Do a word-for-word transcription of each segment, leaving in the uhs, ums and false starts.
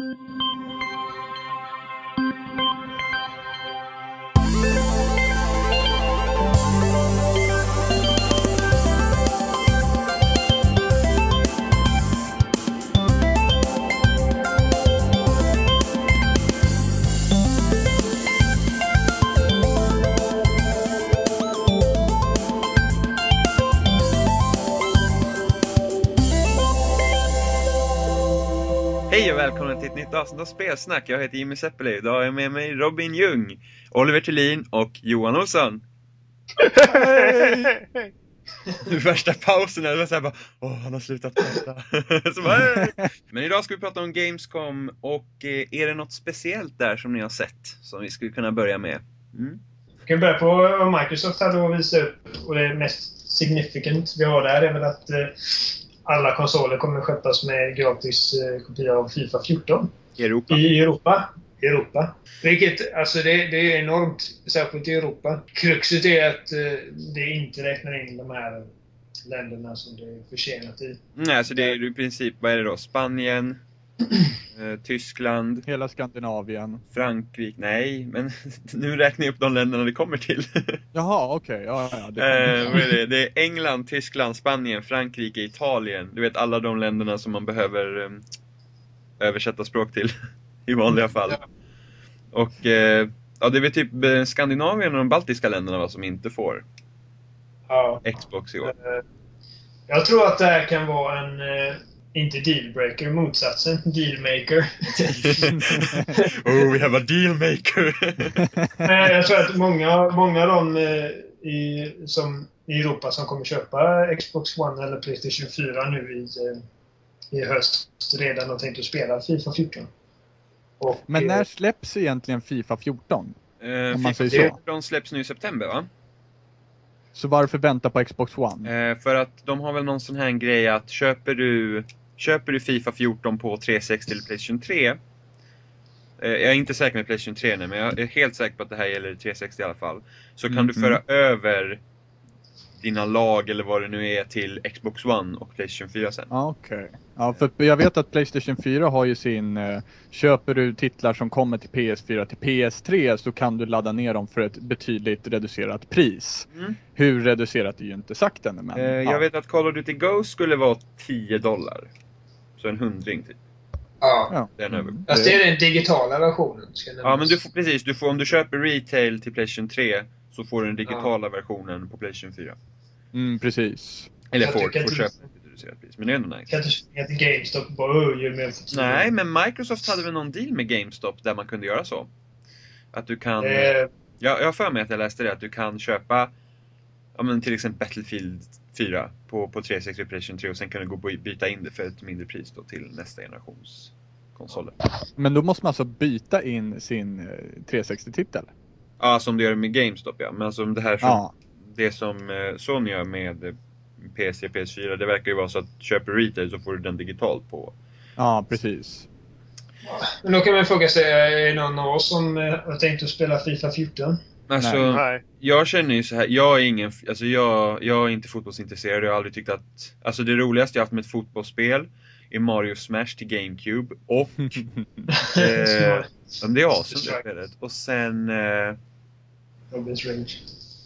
Hej och välkomna till ett nytt avsnitt av Spelsnack. Jag heter Jimmy Seppele. Idag har jag med mig Robin Ljung, Oliver Thulin och Johan Olsson. Hej! Värsta pausen, det var såhär bara, åh, han har slutat prata. Så bara, hej! Men idag ska vi prata om Gamescom. Och eh, är det något speciellt där som ni har sett som vi skulle kunna börja med? Mm. Vi kan börja på vad Microsoft hade att visa upp. Och det mest significant vi har där är väl att eh, alla konsoler kommer att skötas med gratis eh, kopia av FIFA fjorton. Europa. I Europa. Europa. Vilket, alltså det, det är enormt, särskilt i Europa. Kruxet är att eh, det inte räknar in de här länderna som det är försenat i. Nej, alltså det är i princip, vad är det då? Spanien, eh, Tyskland, Hela Skandinavien. Frankrike, nej, men nu räknar jag upp de länderna det kommer till. Jaha, okej. Okay. Ja, ja, det, eh, vad är det? Det är England, Tyskland, Spanien, Frankrike, Italien. Du vet alla de länderna som man behöver eh, översätta språk till i vanliga fall. Ja. Och eh, ja, det är väl typ Skandinavien och de baltiska länderna va, som inte får ja. Xbox i år. Jag tror att det här kan vara en... Eh, inte dealbreaker, motsatsen. Dealmaker. Oh, we have a dealmaker. Nej, jag tror att många, många av dem eh, i, som, i Europa som kommer köpa Xbox One eller PlayStation fyra nu i, eh, i höst redan har tänkt att spela FIFA fjorton. Och, Men när eh, släpps egentligen FIFA fjorton? Eh, Om man FIFA säger så. fjorton släpps nu i september va? Så varför vänta på Xbox One? Eh, för att de har väl någon sån här grej att köper du, köper du FIFA fjorton på trehundrasextio eller PlayStation tre. Eh, jag är inte säker med PlayStation tre nu, men jag är helt säker på att det här gäller trehundrasextio i alla fall. Så kan Mm, du föra över dina lag eller vad det nu är till Xbox One och PlayStation fyra sen. Ja, okej. Okay. Ja, för jag vet att PlayStation fyra har ju sin... Eh, köper du titlar som kommer till P S fyra till P S tre så kan du ladda ner dem för ett betydligt reducerat pris. Mm. Hur reducerat är ju inte sagt ännu, men... Eh, ja. Jag vet att Call of Duty Ghost skulle vara tio dollar. Så en hundring typ. Ja. Den över. Fast det är den digitala versionen. Ja, men du får, precis. Du får, om du köper retail till PlayStation tre så får du den digitala ja. versionen på PlayStation fyra. Mm, precis. Eller får, får köpa ett reducerat pris. Men det är ändå nice. Kan du springa till GameStop och bara gör mer för tiden? Nej, men Microsoft hade väl någon deal med GameStop där man kunde göra så. Att du kan... Eh. Jag, jag har för mig att jag läste det. Att du kan köpa ja, men till exempel Battlefield fyra på, på trehundrasextio PlayStation tre. Och sen kan du gå och byta in det för ett mindre pris då till nästa generations konsoler. Men då måste man alltså byta in sin trehundrasextio-titel? Ja, som du gör med GameStop, ja. Men alltså det här som... Ja. Det som Sony gör med P S tre, P S fyra, det verkar ju vara så att köper retail så får du den digitalt på. Ja, precis. Men då kan man fråga sig, är det någon av oss som har tänkt att spela FIFA fjorton? Alltså, Nej. jag känner ju så här, jag är ingen, alltså jag, jag är inte fotbollsintresserad. Jag har aldrig tyckt att, alltså det roligaste jag haft med ett fotbollsspel är Mario Smash till GameCube. Och eh, det är awesome det spelet. Och sen eh, Robins Rage.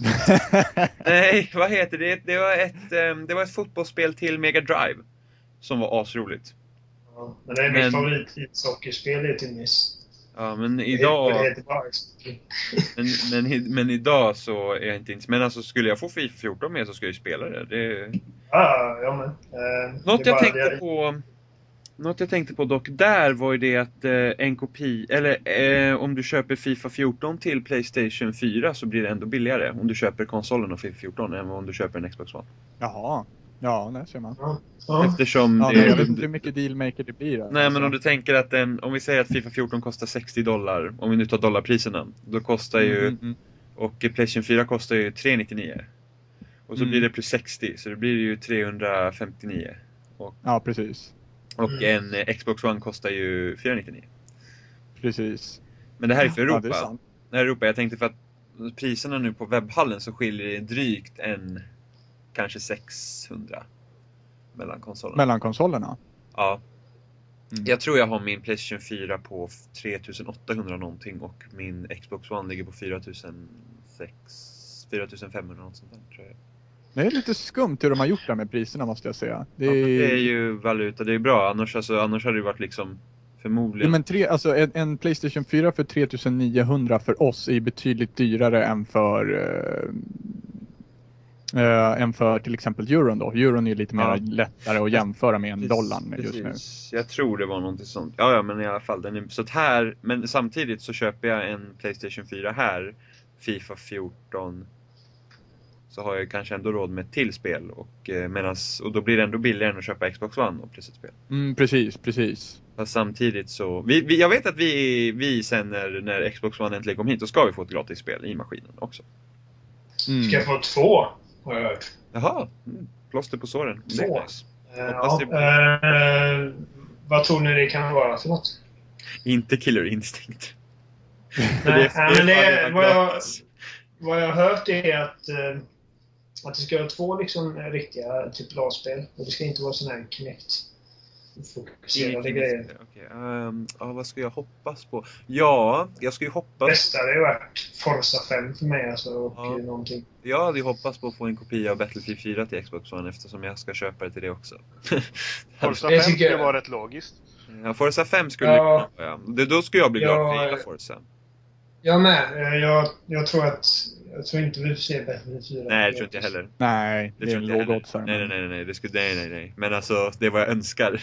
Nej, vad heter det? Det var ett um, det var ett fotbollsspel till Mega Drive som var asroligt. Ja, men det är mitt favorit-sockerspel är till N E S. Ja, men idag det heter bara men, men, men idag så är jag inte inte men alltså skulle jag få FIFA fjorton med så skulle jag spela det. Det Ja, ja men eh, Något jag tänkte det... på Något jag tänkte på dock där var ju det att eh, en kopi eller eh, om du köper FIFA fjorton till PlayStation fyra så blir det ändå billigare om du köper konsolen av FIFA fjorton än om du köper en Xbox One. Jaha. Ja, det ser man. Ja. Ja. Eftersom ja, det jag vet inte hur mycket dealmaker det blir. Där, nej, alltså. men om du tänker att den, om vi säger att FIFA fjorton kostar sextio dollar, om vi nu tar dollarpriserna, då kostar ju mm, mm. och PlayStation fyra kostar ju tre nittionio. Och så mm. blir det plus sextio, så det blir ju trehundrafemtionio. Och ja, precis. Och en Xbox One kostar ju fyrahundranittionio. Precis. Men det här är för Europa. Ja, det är sant. Det här är Europa. Jag tänkte för att priserna nu på webbhallen så skiljer det drygt en kanske sexhundra mellan konsolerna. Mellan konsolerna? Ja. Mm. Jag tror jag har min PlayStation fyra på tre tusen åttahundra någonting och min Xbox One ligger på fyra tusen femhundra något sånt där, tror jag. Det är lite skumt hur de har gjort det med priserna, måste jag säga. Det är, ja, det är ju valuta, det är bra. Annars, alltså, annars hade det varit liksom förmodligen... Ja, men tre, alltså, en, en PlayStation fyra för tre tusen niohundra för oss är betydligt dyrare än för... Uh, uh, än för till exempel euron då. Euron är lite mer ja. lättare att jämföra med en dollar just nu. Jag tror det var någonting sånt. Ja, ja, men i alla fall. Den är, så att här, men samtidigt så köper jag en PlayStation fyra här. FIFA fjorton. Så har jag kanske ändå råd med ett till spel. Och, eh, medans, och då blir det ändå billigare än att köpa Xbox One och plus ett spel. Mm, precis, precis. Fast samtidigt så... Vi, vi, jag vet att vi, vi sen när, när Xbox One äntligen kom hit, då ska vi få ett gratis spel i maskinen också. Mm. Ska jag få två? Har jag hört. Jaha, mm. Plåster på såren. Två? Nice. Uh, ja. uh, vad tror ni det kan vara för något? Inte Killer Instinct. Nej, det är, men det är, vad, jag, vad jag har hört är att, uh, att det ska vara två liksom, riktiga typ A-spel. Och det ska inte vara sån här Kinect. Fokuserade grejer. Okay. Um, ja, vad ska jag hoppas på? Ja, jag ska ju hoppas... Bästa hade ju varit Forza fem för mig alltså, och ja. någonting. Jag hade ju hoppats på att få en kopia av Battlefield fyra till Xbox One eftersom jag ska köpa det till det också. Forza fem skulle jag... vara rätt logiskt. Ja, Forza fem skulle ja. kunna vara. Det, då skulle jag bli glad för hela Forza. Jag med. Jag, jag tror att... Jag tror inte vi får se Battlefield fyra. Nej, det tror inte jag heller. Nej, det, det är en låg oddsare. Nej, nej, nej, nej. Det skulle, nej, nej, nej. Men alltså, det är vad jag önskar.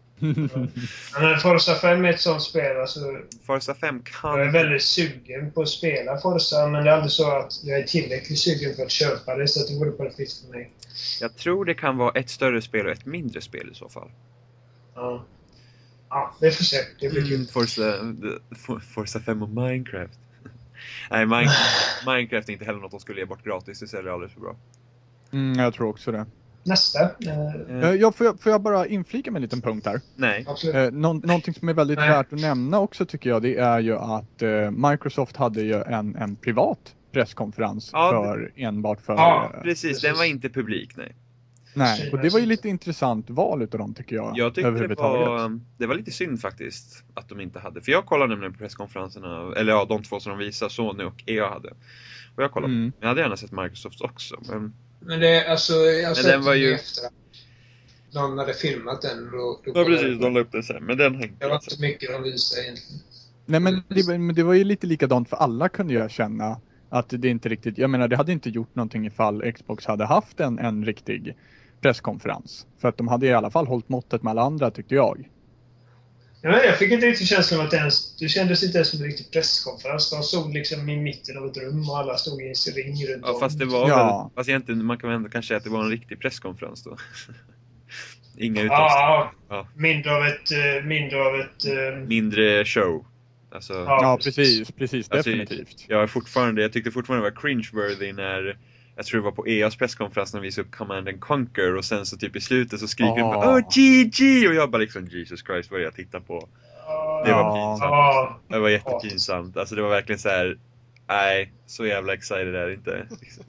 Men Forza fem är ett sånt spel. Alltså, Forza fem kan... Jag är väldigt sugen på att spela Forza, men det är aldrig så att jag är tillräckligt sugen för att köpa det, så att det vore perfekt för mig. Jag tror det kan vara ett större spel och ett mindre spel i så fall. Ja, ja det får se. Det blir kul. Mm, Forza, Forza fem och Minecraft. Nej, Minecraft, Minecraft är inte heller något de skulle ge bort gratis. Det säljer alldeles för bra. Mm, jag tror också det. Nästa. Uh, ja, får, jag, får jag bara inflika med en liten punkt här? Nej. Uh, nå- någonting som är väldigt Nej. värt att nämna också tycker jag, det är ju att uh, Microsoft hade ju en, en privat presskonferens ja, för det... enbart för... Ja, uh, precis. Den var inte publik, nej. Nej, och det var ju lite intressant val utav dem tycker jag. Jag tyckte det var, det var lite synd faktiskt att de inte hade. För jag kollade nämligen på presskonferenserna, eller ja, de två som de visade, Sony och E A hade. Och jag kollade, mm. jag hade gärna sett Microsoft också. Men, men det, alltså, jag har sett den var ju... efter. Någon hade filmat den. Då, då ja, precis, de la upp det sen. Men den hängde. Det var inte så mycket de visade egentligen. Nej, men det, men det var ju lite likadant för alla kunde jag känna. Att det inte riktigt, jag menar det hade inte gjort någonting ifall Xbox hade haft en, en riktig presskonferens. För att de hade i alla fall hållit måttet med alla andra, tyckte jag. Ja, jag fick inte riktigt känslan att det ens, det kändes inte ens som en riktig presskonferens. De stod liksom i mitten av ett rum och alla stod i en ring runt om. Ja, fast det var ja. väl, fast egentligen, man kan väl ändå kanske säga att det var en riktig presskonferens då. Inga uttalanden. Ja, ja, mindre av ett... Mindre av ett... Mindre show. Alltså, ja, ja, precis, precis, alltså, definitivt. Jag, är fortfarande, jag tyckte fortfarande det var cringe-worthy när... Jag tror det var på E A's presskonferens när vi visade upp Command and Conquer och sen så typ i slutet så skriker de oh. Åh, G G! Och jag bara liksom, Jesus Christ, vad är jag tittar på? Det var pinsamt. Oh. Det var jättepinsamt. Alltså det var verkligen så här. Nej, så jävla excited är det inte.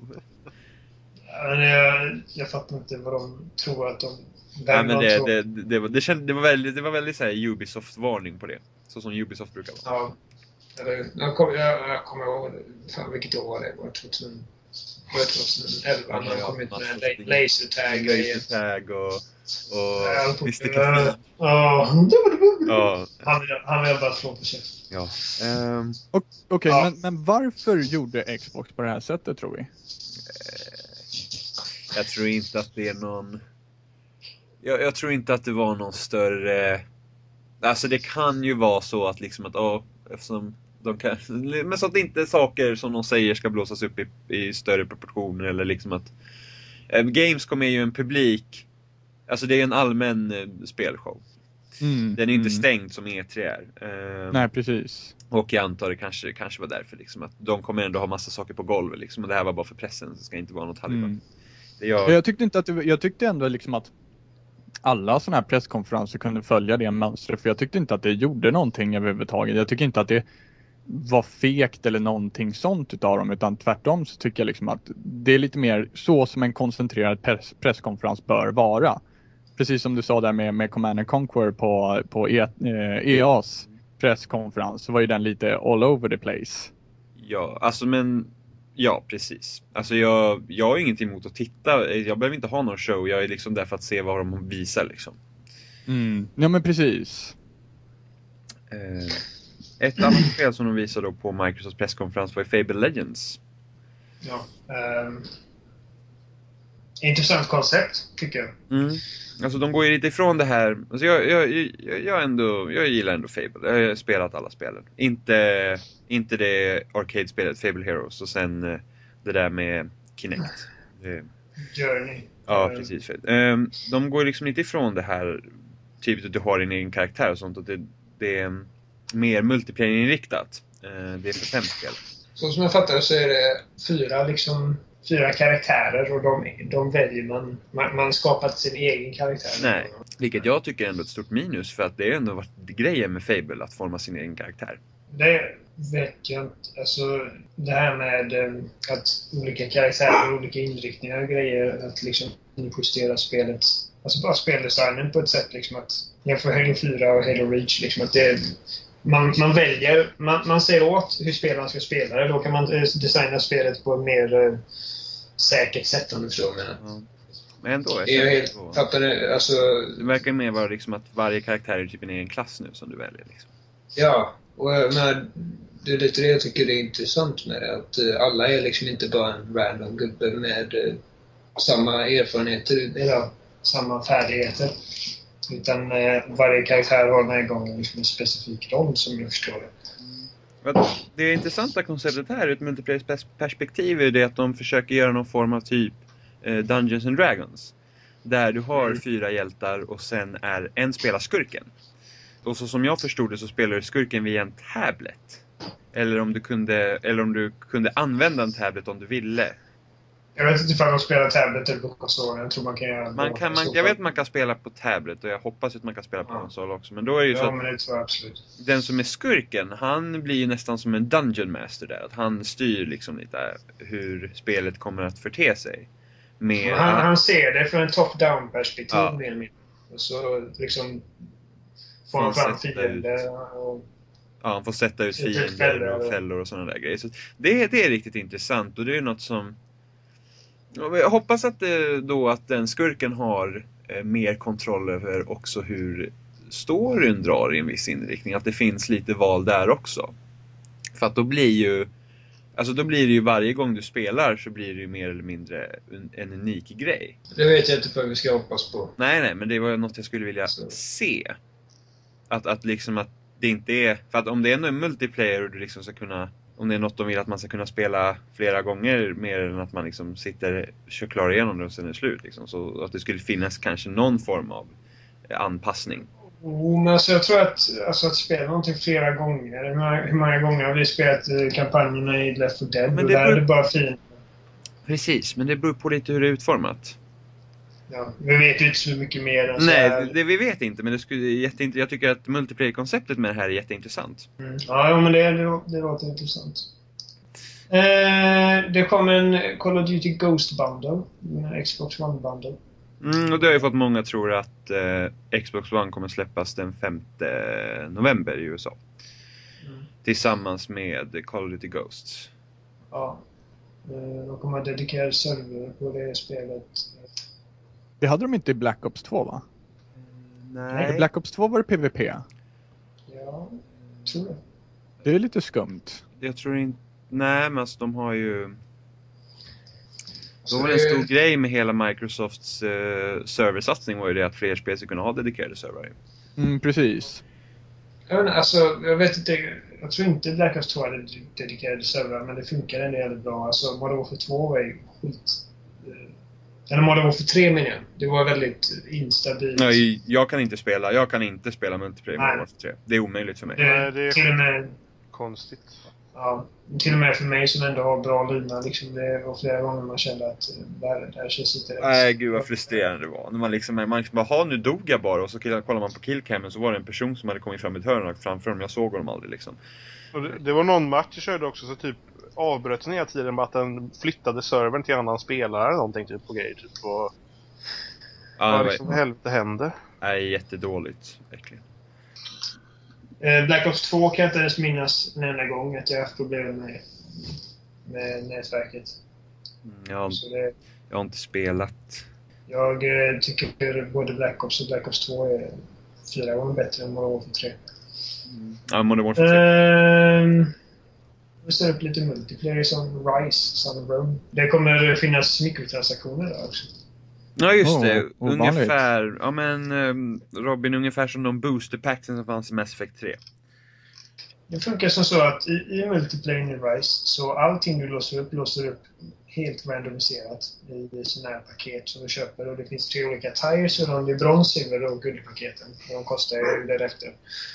Men jag, jag fattar inte vad de tror att de... Nej, men det, det, det, det, var, det, känd, det var väldigt, det var väldigt så här Ubisoft-varning på det. Så som Ubisoft brukar vara. Ja. Jag kommer jag, jag kom ihåg, fan vilket år det var, tjugohundraelva. När de kom ut med lasertag Lasertag och, och Mister Kaffin. Ja. Han vill bara slå på käften. Ja. Um, Okej, okay, ja. men, men varför gjorde Xbox på det här sättet, tror vi? Jag tror inte att det är någon... Jag, jag tror inte att det var någon större... Alltså det kan ju vara så att liksom att... Oh, eftersom de kan... Men så att det inte är saker som de säger ska blåsas upp i, i större proportioner. Eller liksom att... Eh, Gamescom är ju en publik... Alltså det är en allmän eh, spelshow. Mm, Den är inte mm. stängd som E tre är. Eh, Nej, precis. Och jag antar det kanske, kanske var därför liksom, att de kommer ändå ha massa saker på golvet liksom, och det här var bara för pressen, så det ska inte vara något halvdant. Mm. Jag... jag tyckte inte att det, jag tyckte ändå liksom att alla sådana här presskonferenser kunde följa det mönstret, för jag tyckte inte att det gjorde någonting överhuvudtaget. Jag tycker inte att det var fekt eller någonting sånt utav dem, utan tvärtom så tycker jag liksom att det är lite mer så som en koncentrerad press, presskonferens bör vara. precis som du sa där med, med Command and Conquer på, på E, eh, E A's presskonferens, så var ju den lite all over the place. Ja, alltså men ja, precis. Alltså jag, jag har ingenting emot att titta. Jag behöver inte ha någon show. Jag är liksom där för att se vad de visar liksom. Mm. Ja, men precis. Eh, ett annat spel som de visade då på Microsofts presskonferens var Fable Legends. Ja. Um, intressant koncept, tycker jag. Mm. Alltså de går ju lite ifrån det här. Alltså jag, jag, jag, jag, ändå, jag gillar ändå Fable. Jag har spelat alla spelen. Inte, inte det arcade-spelet Fable Heroes och sen det där med Kinect. Det, Journey. ja, precis. Um, de går liksom inte ifrån det här typ att du har din egen karaktär och sånt. Och det, det är mer multiplayer-inriktat. Uh, det är för fem spel. Så som jag fattar så är det fyra liksom... Fyra karaktärer och de, de väljer man, man. Man skapat sin egen karaktär. Nej, vilket jag tycker är ändå ett stort minus. För att det är ändå varit grejen med Fable att forma sin egen karaktär. Det vet jag inte. Alltså det här med att olika karaktärer och olika inriktningar och grejer. Att liksom justera spelet. Alltså bara speldesignen på ett sätt liksom att jämför Halo fyra och Halo Reach liksom att det Man, man väljer, man, man ser åt hur spelaren ska spela det. Då kan man designa spelet på ett mer uh, säkert sätt om du förstår mig. Ja. Men ändå, jag är helt fattar det, alltså... det verkar mer vara liksom att varje karaktär är typ en egen klass nu som du väljer. Liksom. Ja, och men, det är lite det jag tycker det är intressant med det. Att uh, alla är liksom inte bara en random gubbe med uh, samma erfarenheter eller samma färdigheter. Utan eh, varje karaktär har den här gången liksom en specifik roll som jag förstår det. Mm. Det intressanta konceptet här ur ett multiplayer-perspektiv är det att de försöker göra någon form av typ eh, Dungeons and Dragons. Där du har mm. fyra hjältar och sen är en spelar skurken. Och så som jag förstod det så spelar du skurken via en tablet. Eller om du kunde, eller om du kunde använda en tablet om du ville. Jag vet inte ifall de spelar tablet eller på konsol. Jag tror man kan göra man kan, man, Jag vet att man kan spela på tablet och jag hoppas att man kan spela på ja. konsol också. Men då är det ju ja, så att men det tror jag absolut. Den som är skurken, han blir ju nästan som en dungeon master där. Att han styr liksom lite hur spelet kommer att förte sig. Med han, han ser det från en top-down perspektiv ja. mer eller och så liksom får han fram fiender och... Ja, han får sätta ut fiender och fällor och sådana där grejer. Så det, det är riktigt intressant och det är något som... Jag hoppas att, det, då att den skurken har eh, mer kontroll över också hur storyn drar i en viss inriktning. Att det finns lite val där också. För att då blir ju... Alltså då blir det ju varje gång du spelar så blir det ju mer eller mindre en, en unik grej. Det vet jag inte vad vi ska hoppas på. Nej, nej, men det var något jag skulle vilja så. se. Att, att liksom att det inte är... För att om det ändå är multiplayer och du liksom ska kunna... Om det är något de vill att man ska kunna spela flera gånger mer än att man liksom sitter och kör klar igenom det och sen är det slut. Liksom. Så att det skulle finnas kanske någon form av anpassning. Oh, men alltså jag tror att, alltså att spela någonting flera gånger. Hur många, hur många gånger har vi spelat kampanjerna i Left four Dead? Men det, beror... är det bara fint. Precis, men det beror på lite hur det är utformat. Ja, vi vet ju inte så mycket mer än Nej, så här. det, det vi vet inte, men det skulle jätteint- jag tycker att multiplayer-konceptet med det här är jätteintressant. Mm. Ja, men det, det, det låter intressant. Eh, det kom en Call of Duty Ghost Bundle, en Xbox One Bundle. Mm, och det har ju fått många tror att eh, Xbox One kommer släppas den femte november i U S A. Mm. Tillsammans med Call of Duty Ghosts. Ja, eh, de kommer ha dedikerade server på det spelet. Det hade de inte i Black Ops två, va? Nej. I Black Ops två var det PvP. Ja, tror jag. Det är lite skumt. Jag tror inte... Nej, men alltså, de har ju... Då var det en stor grej med hela Microsofts uh, serversatsning var ju det att fler spel ska kunna ha dedikerade server. Mm, precis. Jag vet, alltså, jag vet inte, jag tror inte Black Ops två hade dedikerade server, men det funkar ändå jävligt bra. Alltså, Modern Warfare två var ju skit... Eller Modern Warfare tre menar jag. Det var väldigt instabilt. Nej, jag kan inte spela. Jag kan inte spela multiplayer Modern Warfare tre. Det är omöjligt för mig. Det, det är till och med konstigt. Ja, till och med för mig som ändå har bra lina liksom, det var flera gånger man kände att det här, det här känns inte rätt. Nej, gud vad frustrerande det var. När man liksom, man liksom bara, ha nu dog jag bara. Och så kollar man på killcammen så var det en person som hade kommit fram i ett hörn framför dem. Jag såg honom aldrig liksom. Och det, det var någon match jag körde också så typ avbröts hela tiden med att den flyttade servern till annan spelare eller någonting typ på grejer typ. Och... Ja, vad liksom helvete händer? Nej, jättedåligt. Verkligen. Black Ops två kan jag inte ens minnas en enda gång att jag har haft problem med, med nätverket. Ja, Så det, jag har inte spelat. Jag eh, tycker både Black Ops och Black Ops två är fyra gånger bättre än Modern Warfare tre. Mm. Ja, Modern Warfare tre. Uh, vi ser upp lite multiplayer som Rise, Sun of Rome. Det kommer finnas mikrotransaktioner där också. Ja, just oh, det. Ovanligt. Ungefär, ja men um, Robin, ungefär som de boosterpacksen som fanns i Mass Effect tre. Det funkar som så att i, i multiplayer i Rise så allting du låser upp låser upp helt randomiserat i sådana här paket som du köper. Och det finns tre olika tires och de är brons, silver och guldpaketen. Och de kostar ju därefter.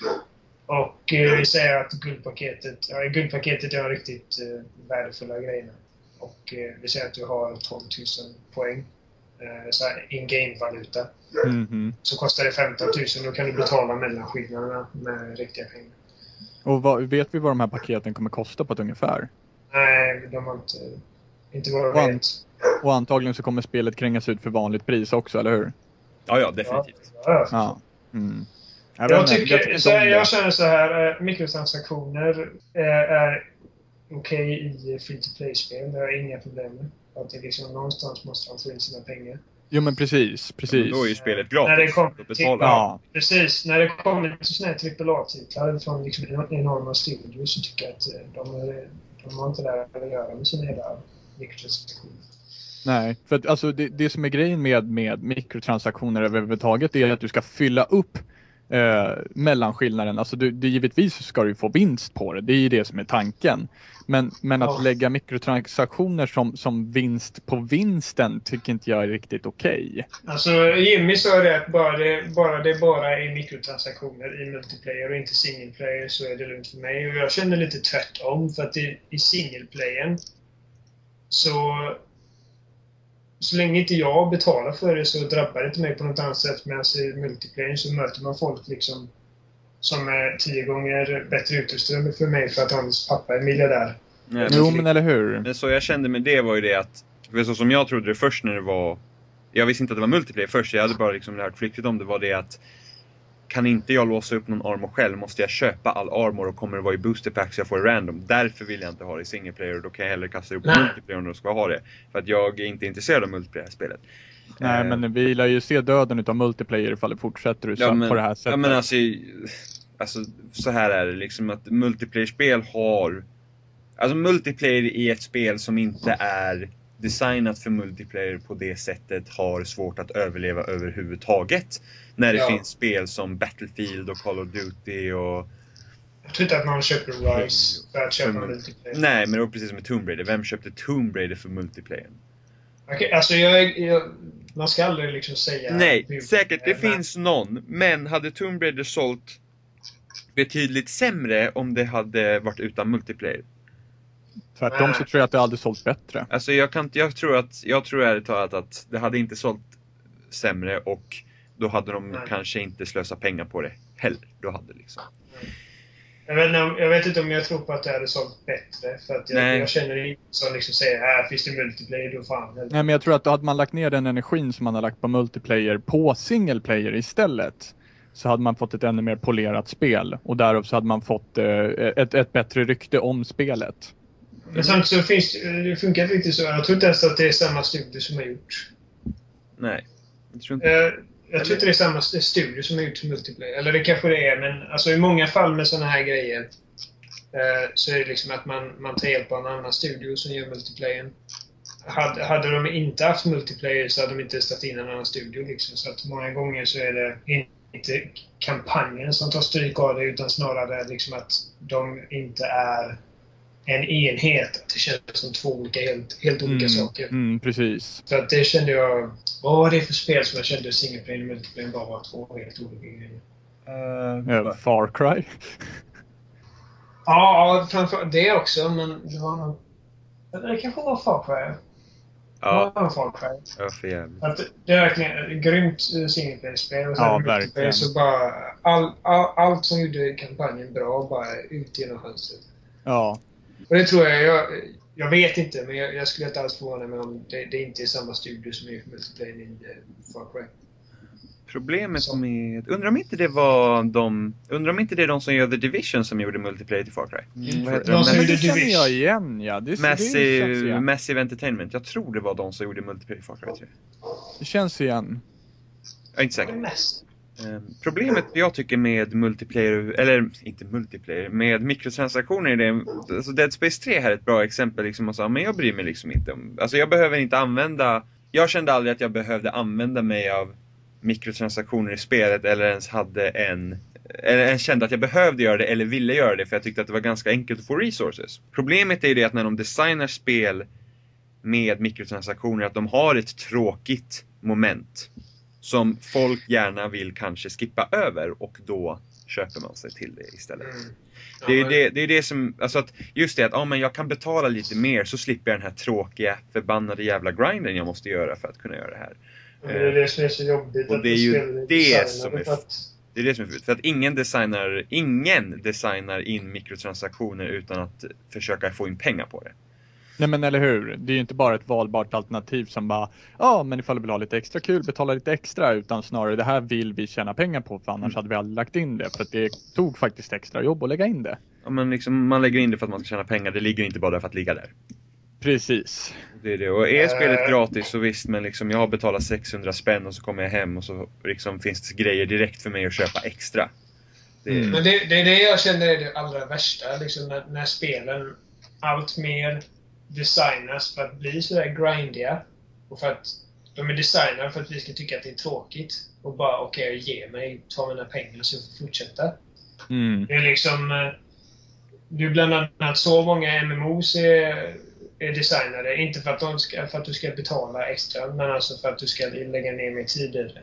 Och eh, vi säger att guldpaketet, ja, guldpaketet är riktigt eh, värdefulla grejerna. Och eh, vi säger att du har tolv tusen poäng. Eh, så här in-game-valuta. Mm-hmm. Så kostar det femton tusen. Då kan du betala mellanskillnaderna med riktiga pengar. Och vad, vet vi vad de här paketen kommer kosta på ett ungefär? Nej, de har inte, inte vad jag vet. Och antagligen så kommer spelet krängas ut för vanligt pris också, eller hur? Ja, ja, definitivt. Ja, ja. Ja. Mm. Jag, jag, tycker, jag, tycker så här, jag känner så här, eh, mikrotransaktioner är, är okej okay i free-to-play-spel. Det har jag inga problem med. Att det liksom någonstans måste man få in sina pengar. Jo, men precis, precis. Men då är ju spelet gratis. När det kom, att betala. Ja. Precis. När det kommer till sådana här trippel A-titlar från liksom enorma studios så tycker jag att de, de har inte där att göra med sina hela mikrotransaktioner. Nej, för att alltså det, det som är grejen med, med mikrotransaktioner överhuvudtaget är att du ska fylla upp eh, mellanskillnaden. Alltså du, det, givetvis ska du få vinst på det, det är ju det som är tanken. Men, men att Ja. lägga mikrotransaktioner som, som vinst på vinsten tycker inte jag är riktigt okej. Okay. Alltså Jimmy sa det att bara det, bara det bara är mikrotransaktioner i multiplayer och inte single player så är det lugnt för mig. Och jag känner lite tvärtom för att i, i single player så så länge inte jag betalar för det så drabbar det inte mig på något annat sätt. Medan i multiplayer så möter man folk liksom som är tio gånger bättre utrustade för mig för att hans pappa är miljardär. Nej, jo, men eller hur? Men så jag kände med det var ju det att, för så som jag trodde det först när det var, jag visste inte att det var multiplayer först, jag hade bara liksom lärt flyktigt om det, var det att kan inte jag låsa upp någon armor själv måste jag köpa all armor och kommer det vara i booster pack så jag får random. Därför vill jag inte ha det i single player och då kan jag hellre kasta upp på multiplayer om de ska ha det. För att jag är inte intresserad av multiplayer-spelet. Nej, eh. men vi lär ju se döden utav multiplayer ifall det fortsätter ja, men, på det här sättet. Ja, men alltså, alltså så här är det liksom att multiplayer-spel har, alltså multiplayer i ett spel som inte är designat för multiplayer på det sättet har svårt att överleva överhuvudtaget. När det ja. finns spel som Battlefield och Call of Duty och... Jag tror inte att man köper Rise för att köpa för multiplayer. Nej, men det var precis som med Tomb Raider. Vem köpte Tomb Raider för multiplayer? Okay, alltså jag, jag, man ska aldrig liksom säga... Nej, hur, säkert det äh, finns någon. Men hade Tomb Raider sålt betydligt sämre om det hade varit utan multiplayer? Tvärtom så tror jag att det hade sålt bättre. Alltså jag kan jag tror att jag tror ärligt talat att det hade inte sålt sämre och då hade de Nej. kanske inte slösat pengar på det heller. Då hade liksom. Jag vet, jag vet inte om jag tror på att det hade sålt bättre för att jag, jag känner inte som liksom säger här finns det multiplayer då fan. Nej, men jag tror att då hade man lagt ner den energin som man har lagt på multiplayer på single player istället. Så hade man fått ett ännu mer polerat spel och därav så hade man fått eh, ett, ett bättre rykte om spelet. Men samtidigt så finns det funkar inte riktigt så. Jag tror inte ens att det är samma studio som har gjort. Nej. Jag tror inte, jag, jag tror inte det är samma studio som har gjort multiplayer. Eller det kanske det är, men alltså i många fall med såna här grejer eh, så är det liksom att man, man tar hjälp av en annan studio som gör multiplayer. Hade, hade de inte haft multiplayer så hade de inte stått in en annan studio liksom. Så att många gånger så är det inte kampanjen som tar stryk av det utan snarare liksom att de inte är en enhet. Det känns som två olika, helt, helt olika mm, saker. Mm, precis. Så att det kände jag... Vad var det för spel som jag kände single player och multiplayer bara var två helt olika grejer? Uh, ja, Far Cry? Ja, framför det också, men det var nog... Det kanske var Far Cry. Ja, det var Far Cry. Ja, för jävligt. Att det är verkligen ett grymt single player-spel. Och sen ja, multiplayer så bara... All, all, allt som gjorde kampanjen bra bara ut genom fönstret. Ja. Och det tror jag, jag, jag vet inte, men jag, jag skulle inte alls förvåna mig om det, det inte är samma studio som är multiplayer i Far Cry. Problemet som... med... Undrar om inte det var de... Undrar om inte det är de som gör The Division som gjorde multiplayer till Far Cry? Mm. Vad heter de? Men det känner jag igen, ja. Det, Massive, det känns igen. Massive Entertainment. Jag tror det var de som gjorde multiplayer till Far Cry tre. Det känns igen. Jag är inte säker. Um, problemet jag tycker med multiplayer, eller inte multiplayer, med mikrotransaktioner är det, alltså Dead Space tre här är ett bra exempel liksom, alltså, men jag bryr mig liksom inte om, alltså jag behöver inte använda, jag kände aldrig att jag behövde använda mig av mikrotransaktioner i spelet eller ens hade en, eller ens kände att jag behövde göra det eller ville göra det för jag tyckte att det var ganska enkelt att få resources. Problemet är ju det att när de designar spel med mikrotransaktioner att de har ett tråkigt moment som folk gärna vill kanske skippa över och då köper man sig till det istället. Mm. Ja, det, är men... det, det är det som, alltså att just det att ja, men jag kan betala lite mer så slipper jag den här tråkiga, förbannade jävla grinden jag måste göra för att kunna göra det här. Men det är det som är så jobbigt. Och det är ju det som är, att... det är det som är fult. För att ingen designar, ingen designar in mikrotransaktioner utan att försöka få in pengar på det. Nej men eller hur, det är ju inte bara ett valbart alternativ som bara ja men ifall du vill ha lite extra kul, betala lite extra, utan snarare det här vill vi tjäna pengar på för annars mm. hade vi aldrig lagt in det, för att det tog faktiskt extra jobb att lägga in det. Ja men liksom man lägger in det för att man ska tjäna pengar, det ligger inte bara där för att ligga där. Precis. Det är det, och är spelet gratis så visst, men liksom jag har betalat sexhundra spänn och så kommer jag hem och så liksom finns det grejer direkt för mig att köpa extra. Det är... Mm. Men det, det är det jag känner är det allra värsta, liksom när, när spelen allt mer designas för att bli sådär grindiga och för att de är designade för att vi ska tycka att det är tråkigt och bara okej, okay, ge mig, ta mina pengar så jag får fortsätta. Mm. Det är liksom det är bland annat så många M M Os är, är designade, inte för att, de ska, för att du ska betala extra men alltså för att du ska lägga ner mer tid i det.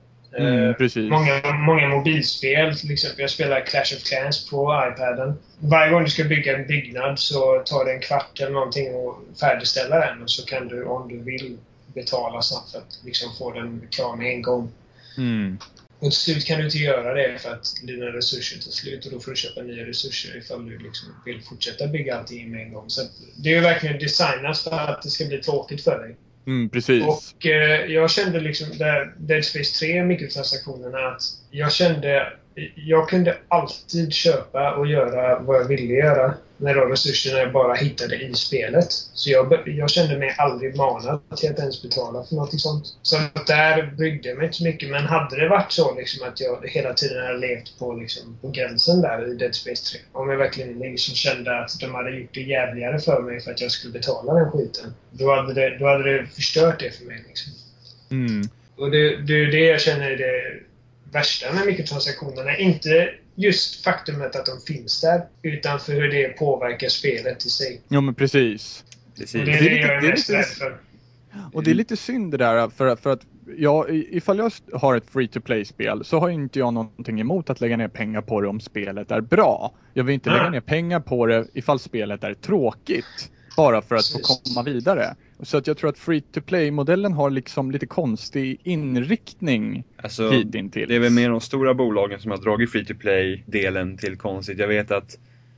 Mm, precis. Många, många mobilspel, till exempel jag spelar Clash of Clans på iPaden. Varje gång du ska bygga en byggnad så tar det en kvart eller någonting att färdigställa den och så kan du om du vill betala snabbt för att liksom få den klar med en gång. Mm. Och till slut kan du inte göra det för att dina resurser tar slut och då får du köpa nya resurser ifall du liksom vill fortsätta bygga allting med en gång. Så det är ju verkligen designat för att det ska bli tråkigt för dig. Mm, precis. Och eh, jag kände liksom där Dead Space tre mikrotransaktionerna att jag kände jag kunde alltid köpa och göra vad jag ville göra när de resurserna jag bara hittade i spelet. Så jag, jag kände mig aldrig manad till att ens betala för något sånt. Så där byggde jag mig inte så mycket. Men hade det varit så liksom att jag hela tiden hade levt på, liksom, på gränsen där i Dead Space tre. Om jag verkligen liksom kände att de hade gjort det jävligare för mig för att jag skulle betala den skiten. Då hade det, då hade det förstört det för mig. Liksom. Mm. Och det, det är det jag känner är det värsta med mikrotransaktionerna. Inte just faktumet att de finns där, utan för hur det påverkar spelet i sig. Ja, men precis. precis. Och det är det, det jag är mest rädd för. Och det är lite synd det där, för, för att jag, ifall jag har ett free-to-play-spel så har inte jag någonting emot att lägga ner pengar på det om spelet är bra. Jag vill inte ja. lägga ner pengar på det ifall spelet är tråkigt, bara för att precis. få komma vidare. Så att jag tror att free-to-play-modellen har liksom lite konstig inriktning alltså, hitintills. Det är väl mer de stora bolagen som har dragit free-to-play-delen till konstigt. Jag vet att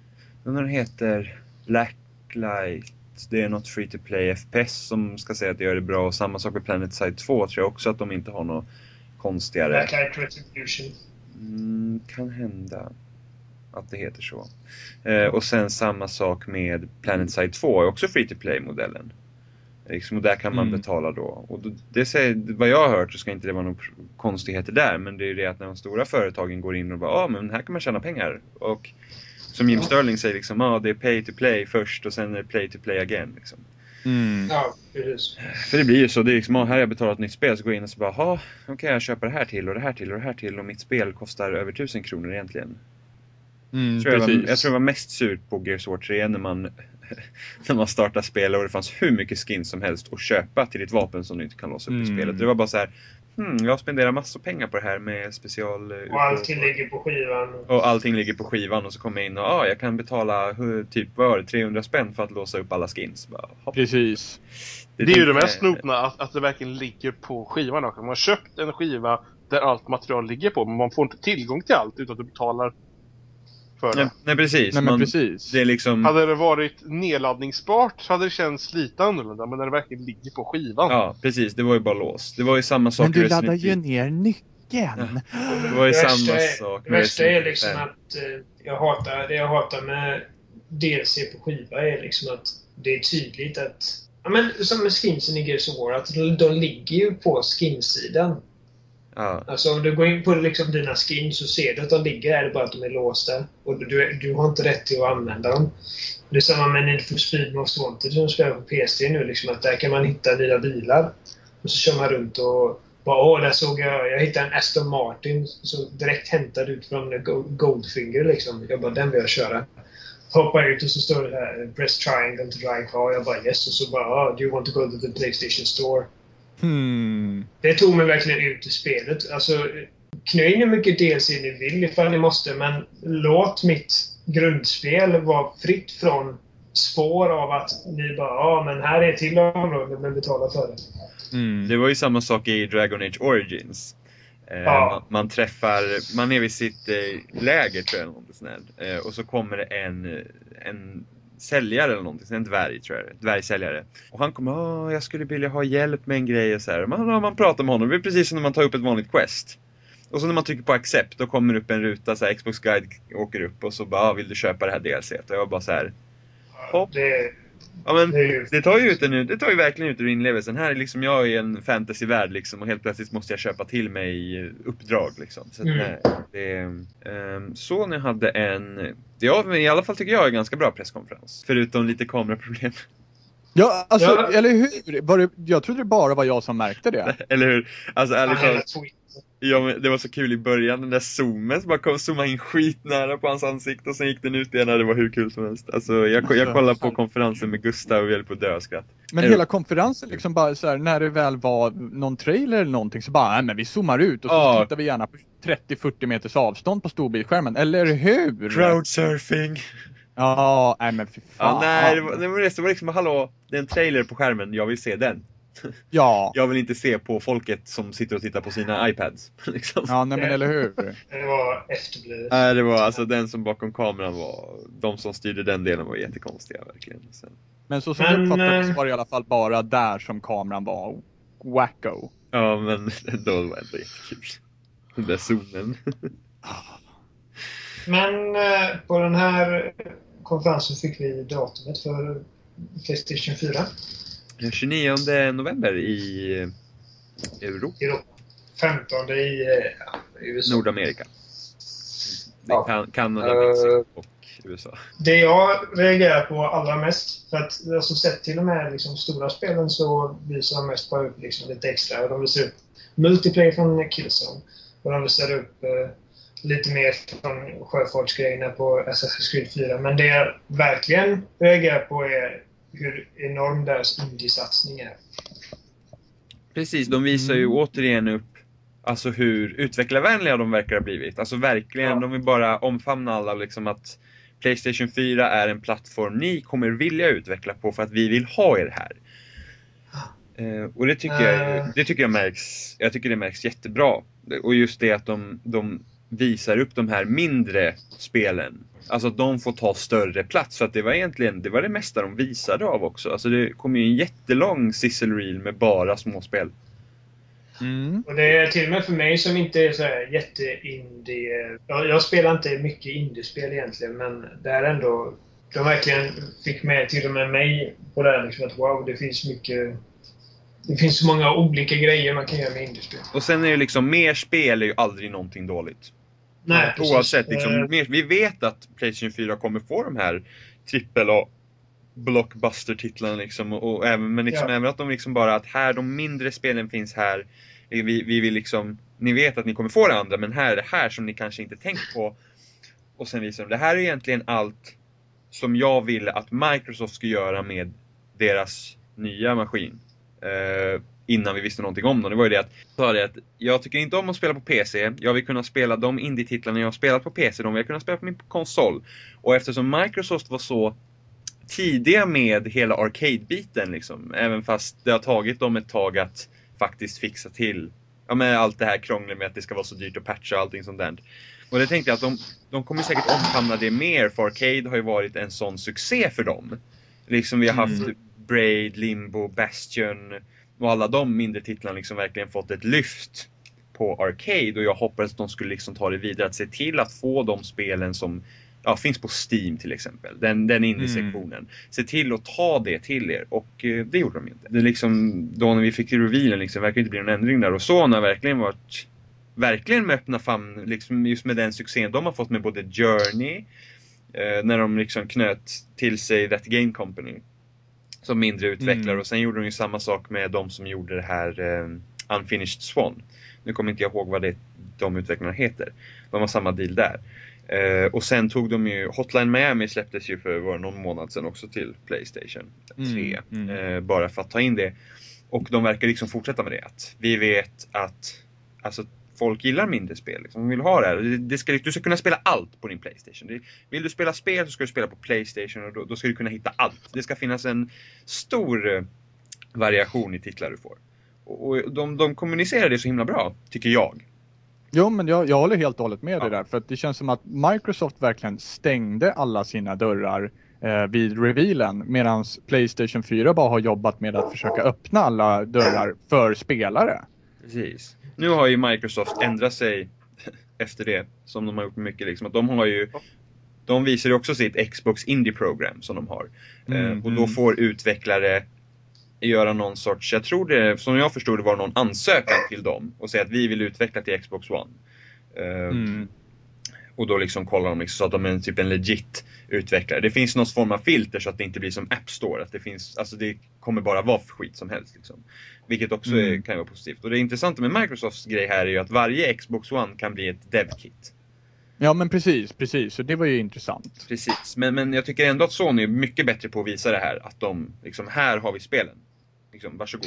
den heter Blacklight. Det är något free-to-play F P S som ska säga att det gör det bra. Och samma sak med PlanetSide två tror jag också att de inte har något konstigare. Blacklight Retribution. Mm, kan hända att det heter så. Eh, och sen samma sak med PlanetSide två är också free-to-play-modellen. Liksom, och där kan man mm. betala då. Och det säger, vad jag har hört så ska inte det vara några konstigheter där. Men det är ju det att när de stora företagen går in och bara, ja ah, men här kan man tjäna pengar. Och som Jim Sterling säger liksom, ja ah, det är pay to play först och sen är det play to play again liksom. Mm. Ja, precis. För det blir ju så, det är liksom, ah, här har jag betalat ett nytt spel, så går jag in och så bara, ja okej okay, jag köper det här till och det här till och det här till och mitt spel kostar över tusen kronor egentligen. Mm, jag, tror jag, var, jag tror jag var mest sur på Gears of War tre när man när man startar spel och det fanns hur mycket skins som helst att köpa till ditt vapen som du inte kan låsa upp mm. i spelet. Det var bara så här, hmm, jag spenderar massor pengar på det här med special... Och allting ligger på skivan. Och allting ligger på skivan och så kommer jag in och ah, jag kan betala hur, typ vad trehundra spänn för att låsa upp alla skins. Bara, precis. Det, det är ju det mest snopna att, att det verkligen ligger på skivan. Man har köpt en skiva där allt material ligger på, men man får inte tillgång till allt utan att du betalar för det. Nej, nej precis. Nej, men man, precis. Det är liksom... Hade det varit nedladdningsbart så hade det känts lite annorlunda, men när det verkligen ligger på skivan. Ja, precis. Det var ju bara lås. Det var ju samma sak. Men du laddar ju ner nyckeln igen. Det var ju det samma värsta sak. Det värsta är liksom att eh, jag hatar, det jag hatar med D L C på skiva är liksom att det är tydligt att, ja men som med skinsen i Gears of War, att de ligger ju på skinsidan. Ja. Alltså om du går in på liksom dina skins så ser du att de ligger där, bara att de är låsta. Och du, du har inte rätt till att använda dem. Det är samma med Need for Speed Most Wanted som spelar på P S tre nu. Liksom, att där kan man hitta nya bilar. Och så kör man runt och bara, åh, där såg jag, jag hittade en Aston Martin. Så direkt hämtad ut från Goldfinger liksom. Jag bara, den vill jag köra. Hoppar ut och så står det här, press triangle to drive car. Jag bara, yes. Och så bara, oh, do you want to go to the PlayStation Store? Hmm. Det tog mig verkligen ut i spelet. Alltså, knö in hur mycket D L C ni vill ifall ni måste, men låt mitt grundspel vara fritt från spår av att ni bara, ja men här är till områden men betala för det. Mm. Det var ju samma sak i Dragon Age Origins. Eh, ja. man, man träffar, man är vid sitt eh, läger tror jag, något sånt där. Eh, och så kommer det en, en säljare eller någonting, en dvärg tror jag, dvärgsäljare. Och han kommer, åh jag skulle vilja ha hjälp med en grej och så här. Man, man pratar med honom, det är precis som när man tar upp ett vanligt quest. Och så när man trycker på accept, då kommer upp en ruta, så här, Xbox Guide åker upp och så bara, vill du köpa det här D L C? Och jag var bara så här, hopp. Det, ja, men det, är ju... det tar ju ut en, det tar ju verkligen ut ur inlevelsen. Här är liksom jag i en fantasyvärld liksom, och helt plötsligt måste jag köpa till mig uppdrag liksom. Så mm. nej, det um, så ni hade en, ja, i alla fall tycker jag är en ganska bra presskonferens, förutom lite kameraproblem. Ja, alltså, ja. eller hur? Var det, jag trodde det bara var jag som märkte det. Eller hur? Alltså ärligt talat. Ja, ja, men det var så kul i början, den där zoomen så bara kom zooma in skitnära på hans ansikte och sen gick den ut igen och det var hur kul som helst. Alltså jag, jag kollade på konferensen med Gustav och vi höll på att dö skratt. Men hela konferensen liksom bara så här, när det väl var någon trailer eller någonting så bara, nej men vi zoomar ut och så ja. Tittar vi gärna på trettio till fyrtio meters avstånd på storbildsskärmen, eller hur? Crowdsurfing. Ja, nej men fy fan. Ja, nej, det var, det var, det var liksom, hallå, det är en trailer på skärmen, jag vill se den. Ja. Jag vill inte se på folket som sitter och tittar på sina iPads. Liksom. Ja, nej men eller hur? Det var efterblivet. Nej, det var alltså den som bakom kameran var, de som styrde den delen var jättekonstiga verkligen. Sen. Men så som men, jag uppfattade så var det i alla fall bara där som kameran var wacko. Ja, men då var det ändå jättekul. Den där zonen. Men eh, på den här konferensen fick vi datumet för PlayStation fyra. Den tjugonionde november i Europa. Europa. femtonde i ja, U S A. Nordamerika. Det ja. kan, Kanada, Mexiko och U S A. Det jag reagerar på allra mest, för att alltså, sett till och med liksom, stora spelen så visar de mest på liksom, lite extra. De visar upp multiplayer från Killzone. Och de visar upp eh, lite mer från sjöfartsgrejerna på Assassin's Creed fyra. Men det jag verkligen reagerar på är hur enorm deras indie-satsning är. Precis, de visar ju återigen upp alltså hur utvecklarvänliga de verkar ha blivit. Alltså verkligen, ja. De vill bara omfamna alla liksom att PlayStation fyra är en plattform ni kommer vilja utveckla på för att vi vill ha er här. Uh, och det tycker, uh. jag, det tycker jag märks, jag tycker det märks jättebra. Och just det att de, de visar upp de här mindre spelen. Alltså att de får ta större plats. Så att det var egentligen, det var det mesta de visade av också. Alltså det kom ju en jättelång sizzle reel med bara småspel. Mm. Och det är till och med för mig som inte är så här jätte-indie. Jag, jag spelar inte mycket indiespel egentligen, men det är ändå, de verkligen fick med till och med mig på det här liksom att wow, det finns mycket. Det finns så många olika grejer man kan göra med indiespel. Och sen är det liksom, mer spel är ju aldrig någonting dåligt. Nej, oavsett liksom, mer, vi vet att PlayStation fyra kommer få de här trippel och blockbuster-titlarna liksom, och, och även, men liksom, ja. Även att de liksom bara att här, de mindre spelen finns här. Vi, vi vill liksom, ni vet att ni kommer få det andra, men här är det här som ni kanske inte tänkt på. Och sen visar de, det här är egentligen allt som jag ville att Microsoft skulle göra med deras nya maskin. Uh, innan vi visste någonting om dem. Det var ju det att, sa det att jag tycker inte om att spela på P C. Jag vill kunna spela de indie-titlarna jag har spelat på P C. De vill jag kunna spela på min konsol. Och eftersom Microsoft var så tidiga med hela arcade-biten liksom, även fast det har tagit dem ett tag att faktiskt fixa till, ja, med allt det här krånglet med att det ska vara så dyrt att patcha och allting sånt där. Och det tänkte jag att de, de kommer säkert omfamna det mer, för arcade har ju varit en sån succé för dem. Liksom vi har haft mm. Braid, Limbo, Bastion och alla de mindre titlarna liksom verkligen fått ett lyft på Arcade, och jag hoppades att de skulle liksom ta det vidare, att se till att få de spelen som ja, finns på Steam till exempel, den, den indie-sektionen. Mm. Se till att ta det till er, och eh, det gjorde de inte. Det är liksom, då när vi fick revealen liksom, verkar inte bli någon ändring där, och Sony har verkligen varit verkligen med öppna famn, liksom just med den succén de har fått med både Journey, eh, när de liksom knöt till sig That Game Company som mindre utvecklare, mm. och sen gjorde de ju samma sak med de som gjorde det här eh, Unfinished Swan. Nu kommer inte jag ihåg vad det, de utvecklarna heter. De har samma deal där. Uh, och sen tog de ju, Hotline Miami släpptes ju för var någon månad sedan också till PlayStation tre. Mm, mm. Uh, bara för att ta in det. Och de verkar liksom fortsätta med det. Att vi vet att alltså, folk gillar mindre spel. Liksom. De vill ha det här. Det, det ska, du ska kunna spela allt på din PlayStation. Det, vill du spela spel så ska du spela på PlayStation, och då, då ska du kunna hitta allt. Det ska finnas en stor uh, variation i titlar du får. Och, och de, de kommunicerar det så himla bra, tycker jag. Jo, men jag, jag håller helt och hållet med ja. dig där. För att det känns som att Microsoft verkligen stängde alla sina dörrar eh, vid revealen. Medan PlayStation fyra bara har jobbat med att försöka öppna alla dörrar för spelare. Precis. Nu har ju Microsoft ändrat sig efter det, som de har gjort mycket. Liksom. Att de har ju... De visar ju också sitt Xbox Indie Program som de har. Mm, eh, och då får utvecklare göra någon sorts, jag tror det, som jag förstod det, var någon ansökan till dem och säga att vi vill utveckla till Xbox One. Uh, mm. Och då liksom kollar de liksom så att de är en, typ en legit utvecklare. Det finns någon form av filter så att det inte blir som App Store, att det finns, alltså det kommer bara vara för skit som helst liksom. Vilket också mm. är, kan vara positivt. Och det intressanta med Microsofts grej här är ju att varje Xbox One kan bli ett dev-kit. Ja, men precis, precis. Så det var ju intressant. Precis, men, men jag tycker ändå att Sony är mycket bättre på att visa det här. Att de, liksom, här har vi spelen. Liksom, varsågod.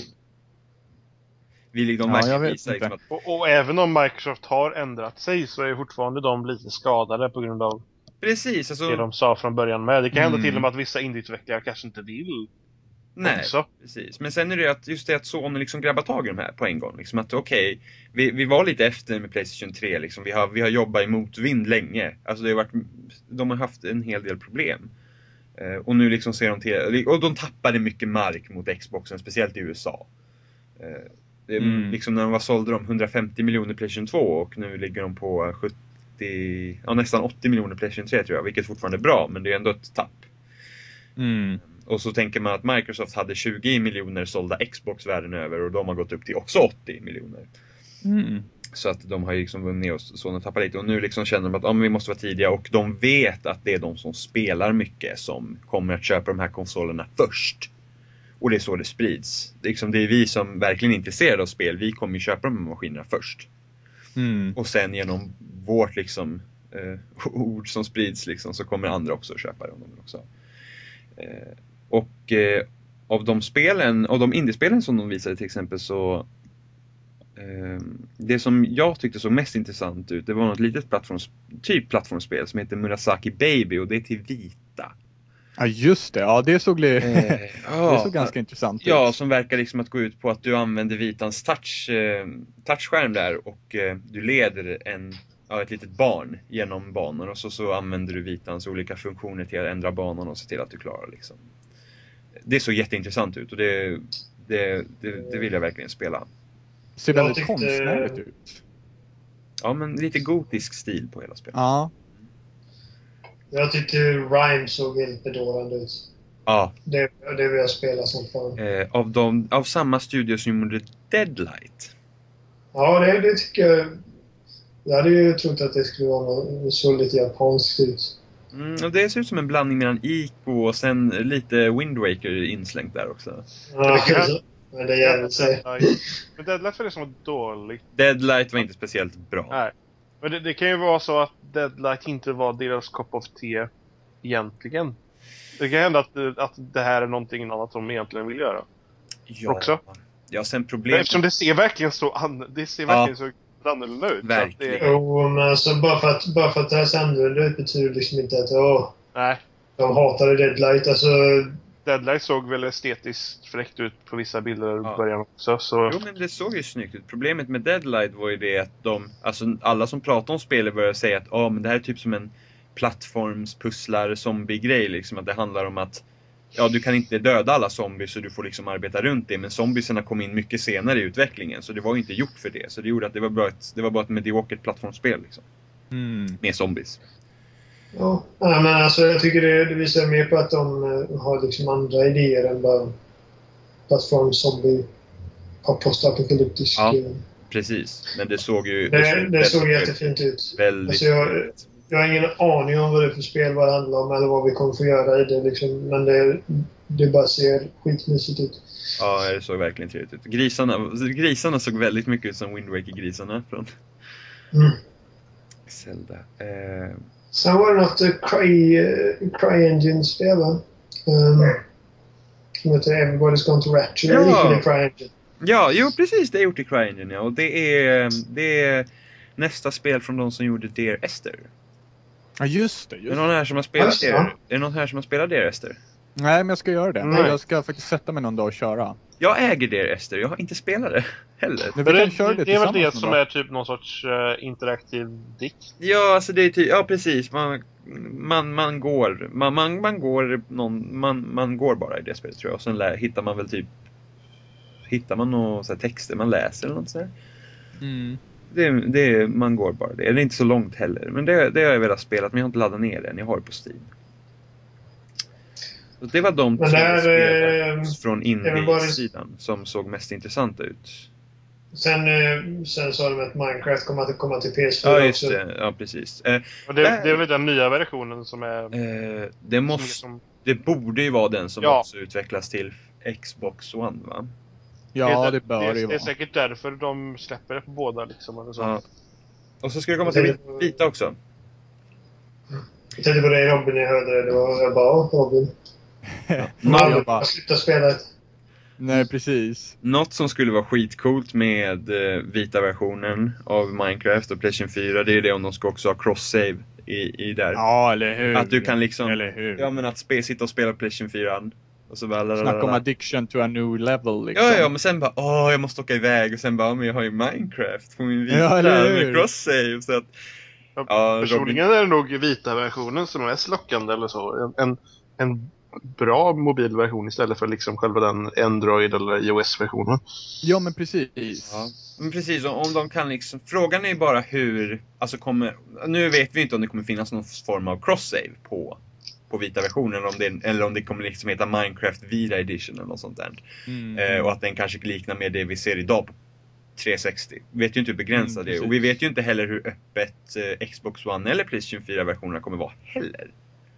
Vi liksom ja, jag vet visa, liksom, att... och, och även om Microsoft har ändrat sig så är fortfarande de lite skadade på grund av precis, alltså... det de sa från början med. Det kan mm. hända till och med att vissa indieutvecklare kanske inte vill. Nej, också. Precis. Men sen är det att just det att Sony liksom grabbar tag i de här på en gång. Liksom att okej, okay, vi, vi var lite efter med PlayStation tre. Liksom. Vi, har, vi har jobbat i motvind länge. Alltså det har varit, de har haft en hel del problem. Uh, och nu liksom ser de till, och de tappade mycket mark mot Xboxen, speciellt i U S A. Uh, det, mm. liksom när de var sålde de hundrafemtio miljoner PlayStation två och nu ligger de på sjuttio, ja, nästan åttio miljoner PlayStation tre tror jag. Vilket fortfarande är bra, men det är ändå ett tapp. Mm. Och så tänker man att Microsoft hade tjugo miljoner sålda Xbox världen över och de har gått upp till också åttio miljoner. Mm. Så att de har ju liksom vunnit och så tappar lite. Och nu liksom känner de att ja, men vi måste vara tidiga, och de vet att det är de som spelar mycket som kommer att köpa de här konsolerna först. Och det är så det sprids. Det är, liksom, det är vi som verkligen är intresserade av spel. Vi kommer ju köpa de här maskinerna först. Mm. Och sen genom vårt liksom, eh, ord som sprids liksom, så kommer andra också att köpa dem också. Eh, och eh, av de spelen, av de indiespelen som de visade till exempel, så eh, det som jag tyckte så mest intressant ut, det var något litet plattforms, typ plattformsspel som heter Murasaki Baby, och det är till Vita. Ja, just det. Ja, det såg, li- eh, ja, det såg ganska intressant ut. Ja, som verkar liksom att gå ut på att du använder Vitans touch, eh, touchskärm där, och eh, du leder en, ja, ett litet barn genom banan, och så, så använder du Vitans olika funktioner till att ändra banan och se till att du klarar liksom. Det såg jätteintressant ut, och det, det, det, det vill jag verkligen spela. Det ser väldigt tyckte... konstnärligt ut. Ja, men lite gotisk stil på hela spelet. Ja. Jag tyckte Rhyme såg helt bedårande ut. Ja. Det, det vill jag spela som fan. Eh, av, de, av samma studio som gjorde Deadlight. Ja, det, det tycker jag. Jag hade ju trott att det skulle vara något, så lite japanskt ut. Mm, och det ser ut som en blandning mellan Ico och sen lite Wind Waker inslängt där också. Ja, men det är jävligt sig. Men Deadlight var det som var dåligt. Deadlight var inte speciellt bra. Nej. Men det, det kan ju vara så att Deadlight inte var deras cup of tea egentligen. Det kan hända att, att det här är någonting annat som de egentligen vill göra. Ja. Också. Ja, sen problemet... Eftersom det ser verkligen så, an... det ser verkligen ja. så annorlunda ut. Verkligen. Det... Jo, men alltså bara för att, bara för att det här ser annorlunda ut betyder liksom inte att åh, nej. De hatade Deadlight. Alltså... Deadlight såg väl estetiskt fräckt ut på vissa bilder i ja. början också. Så... Jo, men det såg ju snyggt ut. Problemet med Deadlight var ju det att de, alltså alla som pratar om spelet började säga att oh, men det här är typ som en plattformspusslar zombie-grej. Liksom, att det handlar om att ja, du kan inte döda alla zombies så du får liksom arbeta runt det. Men zombiesarna kom in mycket senare i utvecklingen. Så det var ju inte gjort för det. Så det gjorde att det var bara ett, det var bara ett mediokert plattformsspel liksom. Mm. Med zombies. Ja, men alltså jag tycker det, det visar mer på att de har liksom andra idéer än bara plattform, zombie, postapokalyptisk. Ja, precis. Men det såg ju... Det, det såg, det såg jättefint ut. Väldigt alltså jag, jag har ingen aning om vad det är för spel, vad det handlar om eller vad vi kommer få göra i det liksom. Men det, det bara ser skitmysigt ut. Ja, det såg verkligen trevligt ut. Grisarna, grisarna såg väldigt mycket ut som Wind Waker-grisarna från mm. Zelda. Eh... Sen var det något uh, Cry, uh, CryEngine-spel, va? Um, som heter Everybody's Gone to Rapture. Ja. Det CryEngine. Ja, jo precis, det är gjort i CryEngine, ja. Och det är, det är nästa spel från de som gjorde Dear Esther. Ja, just det. Just är det någon här som har spelat Just, Dear, ja. är det någon här som har spelat Dear Esther? Nej, men jag ska göra det. Nej. Jag ska faktiskt sätta mig någon dag och köra. Jag äger Dear Esther, jag har inte spelat det heller. Men Men vi det, kan köra det det är väl det tillsammans som någon dag. är typ någon sorts uh, interaktiv dikt. Ja, alltså det är ty- ja precis. Man, man, man går, man, man, man går någon, man, man går bara i det spelet tror jag. Och sen lä- hittar man väl typ, hittar man några så här texter man läser eller något sådär. Mm. Det, det, man går bara det. Det är inte så långt heller. Men det, det har jag velat spela, men jag har inte laddat ner den. Jag har det på Steam. Så det var de Men tre där, spelen eh, från Everybody's- indie-sidan som såg mest intressanta ut. Sen, eh, sen sa de att Minecraft kommer att komma till P S fyra Ja, just också. det. Ja, precis. Eh, Och det, det är väl den nya versionen som är... eh, det, måste, som, det borde ju vara den som Ja. också utvecklas till Xbox One, va? Ja, är- det bör det ju det, det är vara. säkert därför de släpper det på båda liksom. Eller så. Ja. Och så ska det komma till vit- vita också. Jag tänkte på dig Robin när jag hörde det. Det var jag bara, Robin. Man jag bara, sluta spela ett. nej, precis. Något som skulle vara skitcoolt med eh, vita versionen av Minecraft och PlayStation fyra, det är det om de ska också ha cross-save i, i där. Ja, eller hur? Att du kan liksom, Eller hur? ja men att spe, sitta och spela PlayStation fyra och så bara Snacka om addiction to a new level liksom. Ja, ja, men sen bara, åh, jag måste åka iväg och sen bara, men jag har ju Minecraft på min vita Ja, eller hur? med cross-save så att, ja, Personligen är det nog vita versionen som är mest lockande eller så. En, en, en bra mobilversion istället för liksom själva den Android eller iOS-versionen. Ja, men precis. ja. Men precis, om, om de kan liksom, frågan är ju bara hur, alltså kommer, nu vet vi inte om det kommer finnas någon form av cross-save på på vita versionen om det, eller om det kommer liksom heta Minecraft Vita Edition eller något sånt där. Mm. Eh, och att den kanske liknar med det vi ser idag på trehundrasextio. Vi vet ju inte hur begränsad Mm, det är. Och vi vet ju inte heller hur öppet eh, Xbox One eller PlayStation fyra-versionerna kommer vara heller.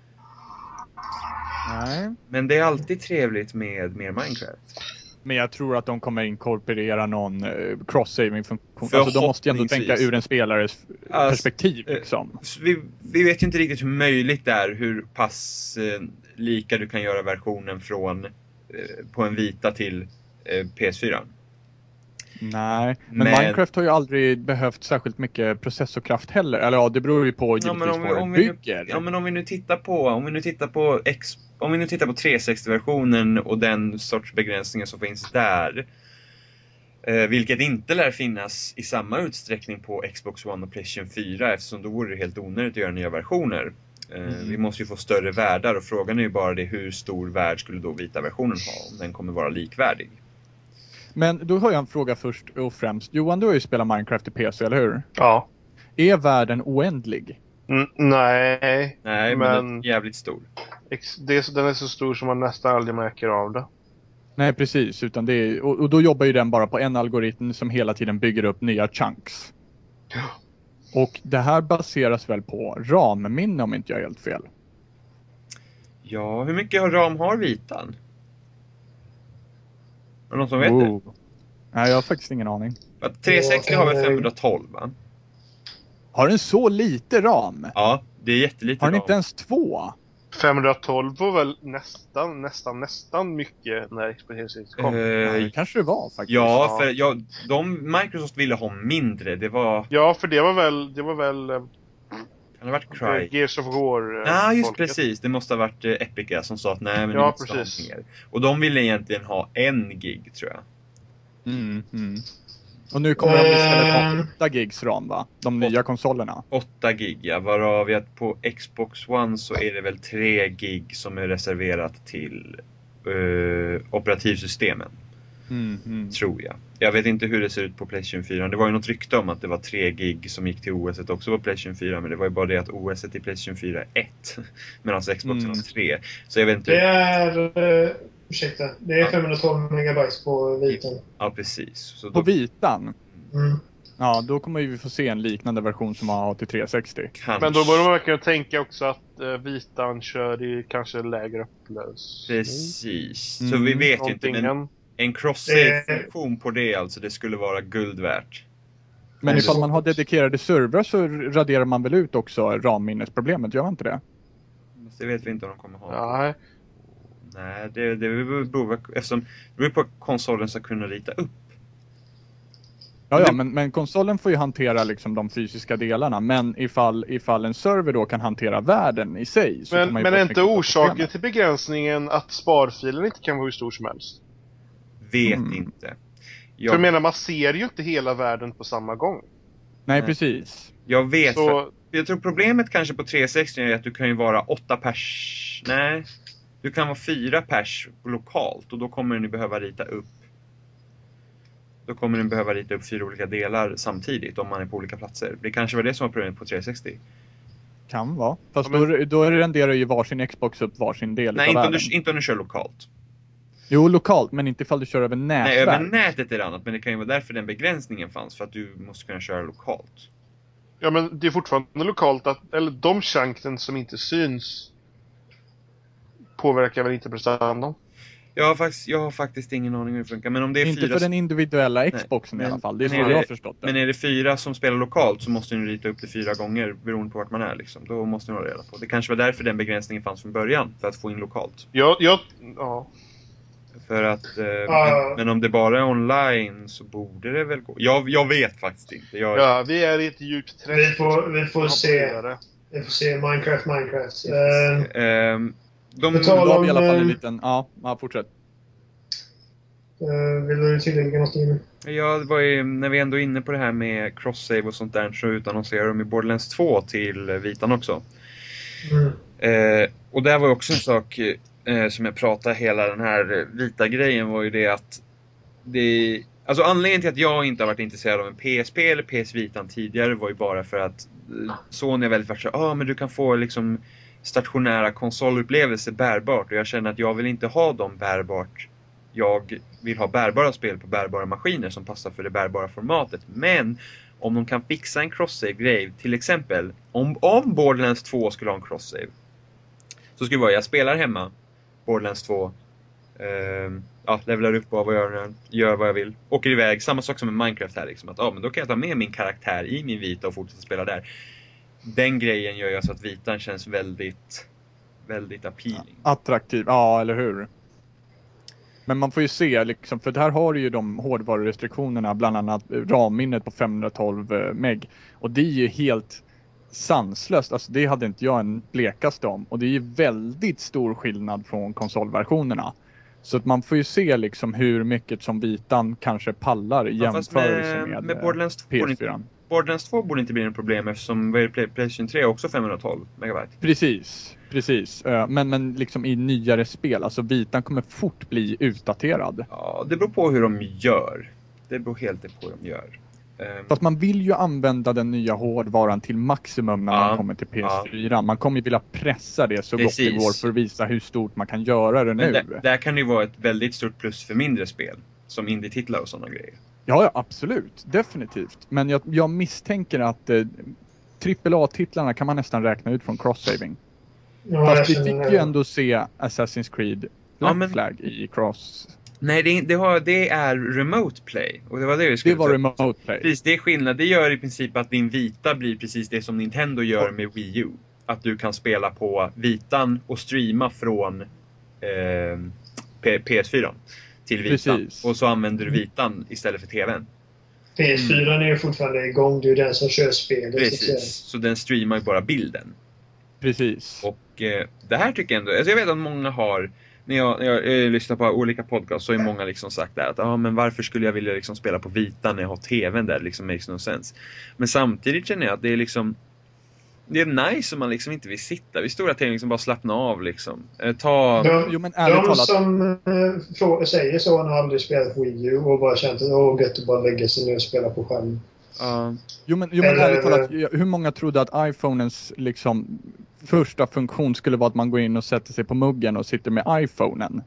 Nej. Men det är alltid trevligt med mer Minecraft. Men jag tror att de kommer inkorporera någon eh, cross-saving-funktion. Alltså de måste ju ändå tänka ur en spelares Alltså, perspektiv eh, liksom. Vi, vi vet ju inte riktigt hur möjligt det är, hur pass eh, lika du kan göra versionen från eh, på en vita till eh, P S fyra. Nej, men, Men- Minecraft har ju aldrig behövt särskilt mycket processorkraft heller. Eller ja, det beror ju på Ja, men givetvis om vi- vad om den vi nu- bygger. Ja, men om vi nu tittar på om vi nu tittar på X, om vi nu tittar på trehundrasextio-versionen och den sorts begränsningar som finns där, eh, vilket inte lär finnas i samma utsträckning på Xbox One och PlayStation fyra, eftersom då vore det helt onödigt att göra nya versioner. Eh, Mm. Vi måste ju få större världar och frågan är ju bara det, hur stor värld skulle då vita versionen ha, om den kommer vara likvärdig. Men då har jag en fråga först och främst. Johan, du har ju spelat Minecraft i P C, eller hur? Ja. Är världen oändlig? Mm, nej. Nej, men, Men- den är jävligt stor. Ex- det är, så- den är så stor som man nästan aldrig märker av det. Nej, precis. Utan det är, och, och då jobbar ju den bara på en algoritm som hela tiden bygger upp nya chunks. Ja. Och det här baseras väl på RAM-minne om inte jag är helt fel. Ja, hur mycket har ram har vitan? Är det någon som vet det? Wow. Nej, jag har faktiskt ingen aning. Att trehundrasextio har väl femhundratolv, va? Har den så lite RAM? Ja, det är jättelite Har den ram. inte ens två? femhundratolv var väl nästan, nästan, nästan mycket när Xbox kom. Eh, Ja, det kanske det var faktiskt. ja, för ja, de, Microsoft ville ha mindre. Det var, Ja, för det var väl, det var väl eh, kan det ha varit Cry? Gears of War. eh, Ja, ah, just folket. precis. Det måste ha varit eh, Epica som sa att nej, men Ja, det måste ha precis. mer. Och de ville egentligen ha en gig, tror jag. Mm, mm. Och nu kommer de istället ha åtta gigs ram, va? De nya konsolerna. åtta gig, ja. Varav vi att på Xbox One så är det väl tre gig som är reserverat till uh, operativsystemen. Mm, mm. Tror jag. Jag vet inte hur det ser ut på PlayStation fyra. Det var ju något rykte om att det var tre gig som gick till O S också på PlayStation fyra. Men det var ju bara det att O S i PlayStation fyra är ett. Medan Xbox mm. var tre. Så jag vet inte. Det är... Uh, ursäkta. Det är ja. femhundratolv megabyte på Vitan. Ja, precis. Så då... På Vitan? Mm. Ja, då kommer vi få se en liknande version som har till trehundrasextio. Kanske. Men då borde man verkligen tänka också att uh, Vitan kör i kanske lägre upplösning. Precis. Mm. Så vi vet ju inte. Men... En cross-save-funktion på det, alltså, det skulle vara guld värt. Men ifall man har dedikerade servrar så raderar man väl ut också ramminnesproblemet, gör man inte det? Det vet vi inte om de kommer ha. Nej. Nej, det, det beror eftersom det beror på att konsolen ska kunna rita upp. Ja, ja, men, men konsolen får ju hantera liksom de fysiska delarna. Men ifall, ifall en server då kan hantera världen i sig. Så men men är inte orsaken till begränsningen att sparfilen inte kan vara hur stor som helst? Vet mm. inte. Jag... För jag menar, man ser ju inte hela världen på samma gång. Nej, precis. Jag vet. Så... För, jag tror problemet kanske på trehundrasextio är att du kan ju vara åtta pers. Nej. Du kan vara fyra pers lokalt. Och då kommer den ju behöva rita upp. Då kommer den behöva rita upp fyra olika delar samtidigt om man är på olika platser. Det kanske var det som var problemet på trehundrasextio. Kan vara. Fast ja, men... då, då renderar ju varsin Xbox upp varsin del. Nej, inte om, du, inte om du kör lokalt. Jo, lokalt, men inte ifall du kör över nätverk. Nej, över nätet är det annat, men det kan ju vara därför den begränsningen fanns, för att du måste kunna köra lokalt. Ja, men det är fortfarande lokalt, att, eller de chansen som inte syns påverkar väl inte prestandan? Jag har faktiskt, jag har faktiskt ingen aning hur det funkar, men om det är inte fyra... för den individuella Xboxen. Nej, i alla fall, det är så jag har förstått det. Men är det fyra som spelar lokalt så måste du rita upp det fyra gånger beroende på vart man är liksom. Då måste du ha reda på. Det kanske var därför den begränsningen fanns från början, för att få in lokalt. Ja, ja, ja. För att, eh, uh, men, men om det bara är online så borde det väl gå. Jag, jag vet faktiskt inte. Jag... Ja, vi är i ett djupt träsk. Vi får, vi får se. Vi får se Minecraft, Minecraft. Uh, uh, de gav i alla fall en liten... Ja, ja fortsätt. Uh, vill du tillägga något in? Ja, det var ju, när vi ändå är inne på det här med cross-save och sånt där, så utannonserar de i Borderlands två till Vitan också. Mm. Uh, och där var också en sak... som jag pratade hela den här vita grejen var ju det att det, alltså anledningen till att jag inte har varit intresserad av en P S P eller P S Vitan tidigare var ju bara för att Sony är väldigt varit så, ja ah, men du kan få liksom stationära konsolupplevelser bärbart, och jag känner att jag vill inte ha dem bärbart. Jag vill ha bärbara spel på bärbara maskiner som passar för det bärbara formatet, men om de kan fixa en cross-save-grej, till exempel om, om Borderlands två skulle ha en cross-save, så skulle det vara, jag spelar hemma Borderlands två, eh, ja, levlar upp och vad jag gör, gör vad jag vill, åker iväg, samma sak som med Minecraft här liksom, att ja, men då kan jag ta med min karaktär i min vita och fortsätta spela där. Den grejen gör ju så att vitan känns väldigt väldigt appealing. Attraktiv, ja, eller hur? Men man får ju se liksom, för det här har ju de hårdvarurestriktionerna, bland annat ramminnet på femhundratolv meg, och det är ju helt sanslöst, alltså det hade inte jag en blekaste om, och det är ju väldigt stor skillnad från konsolversionerna, så att man får ju se liksom hur mycket som vitan kanske pallar i ja, jämförelse med, med, med Borderlands två P S fyra. Borderlands två borde inte bli något problem, eftersom PlayStation tre är också femhundratolv megabyte. Precis, precis. Men, men liksom i nyare spel, alltså vitan kommer fort bli utdaterad. Ja, det beror på hur de gör. Det beror helt på hur de gör. Fast man vill ju använda den nya hårdvaran till maximum när ja, man kommer till P S fyra. Ja. Man kommer ju vilja pressa det så Precis. gott det går för att visa hur stort man kan göra det. Men nu. Där, där kan det ju vara ett väldigt stort plus för mindre spel, som indie-titlar och sådana grejer. Ja, ja, absolut. Definitivt. Men jag, jag misstänker att eh, trippel A-titlarna kan man nästan räkna ut från cross-saving. Ja, Fast vi fick ju ändå se Assassin's Creed Black ja, men... Flag i cross... Nej, det, det, har, det är remote play. Och det var det vi skulle Det var ta. remote play. Precis, det är skillnad. Det gör i princip att din vita blir precis det som Nintendo gör med Wii U. Att du kan spela på vitan och streama från eh, P S fyra till vitan. Precis. Och så använder du vitan istället för tvn. P S fyra mm. är ju fortfarande igång. Du är den som kör spelet. Precis, så, så den streamar ju bara bilden. Precis. Och eh, det här tycker jag ändå... Alltså jag vet att många har... när jag, jag, jag lyssnar på olika podcasts så är många liksom sagt där att ah, men varför skulle jag vilja liksom spela på vita när jag har tvn där, liksom makes no sense. Men samtidigt känner jag att det är liksom det är nice om man liksom inte vill sitta vid stora tvn liksom bara slappna av liksom. Eh, ta... De, jo, men ärligt de talat... som äh, frå- säger så har aldrig spelat på Wii U och bara känt att åh, gött att bara lägga sig ner och spela på skärm. Uh, jo men, jo, men eller, ärligt talat, hur många trodde att iPhonens liksom första funktion skulle vara att man går in och sätter sig på muggen och sitter med iPhonen?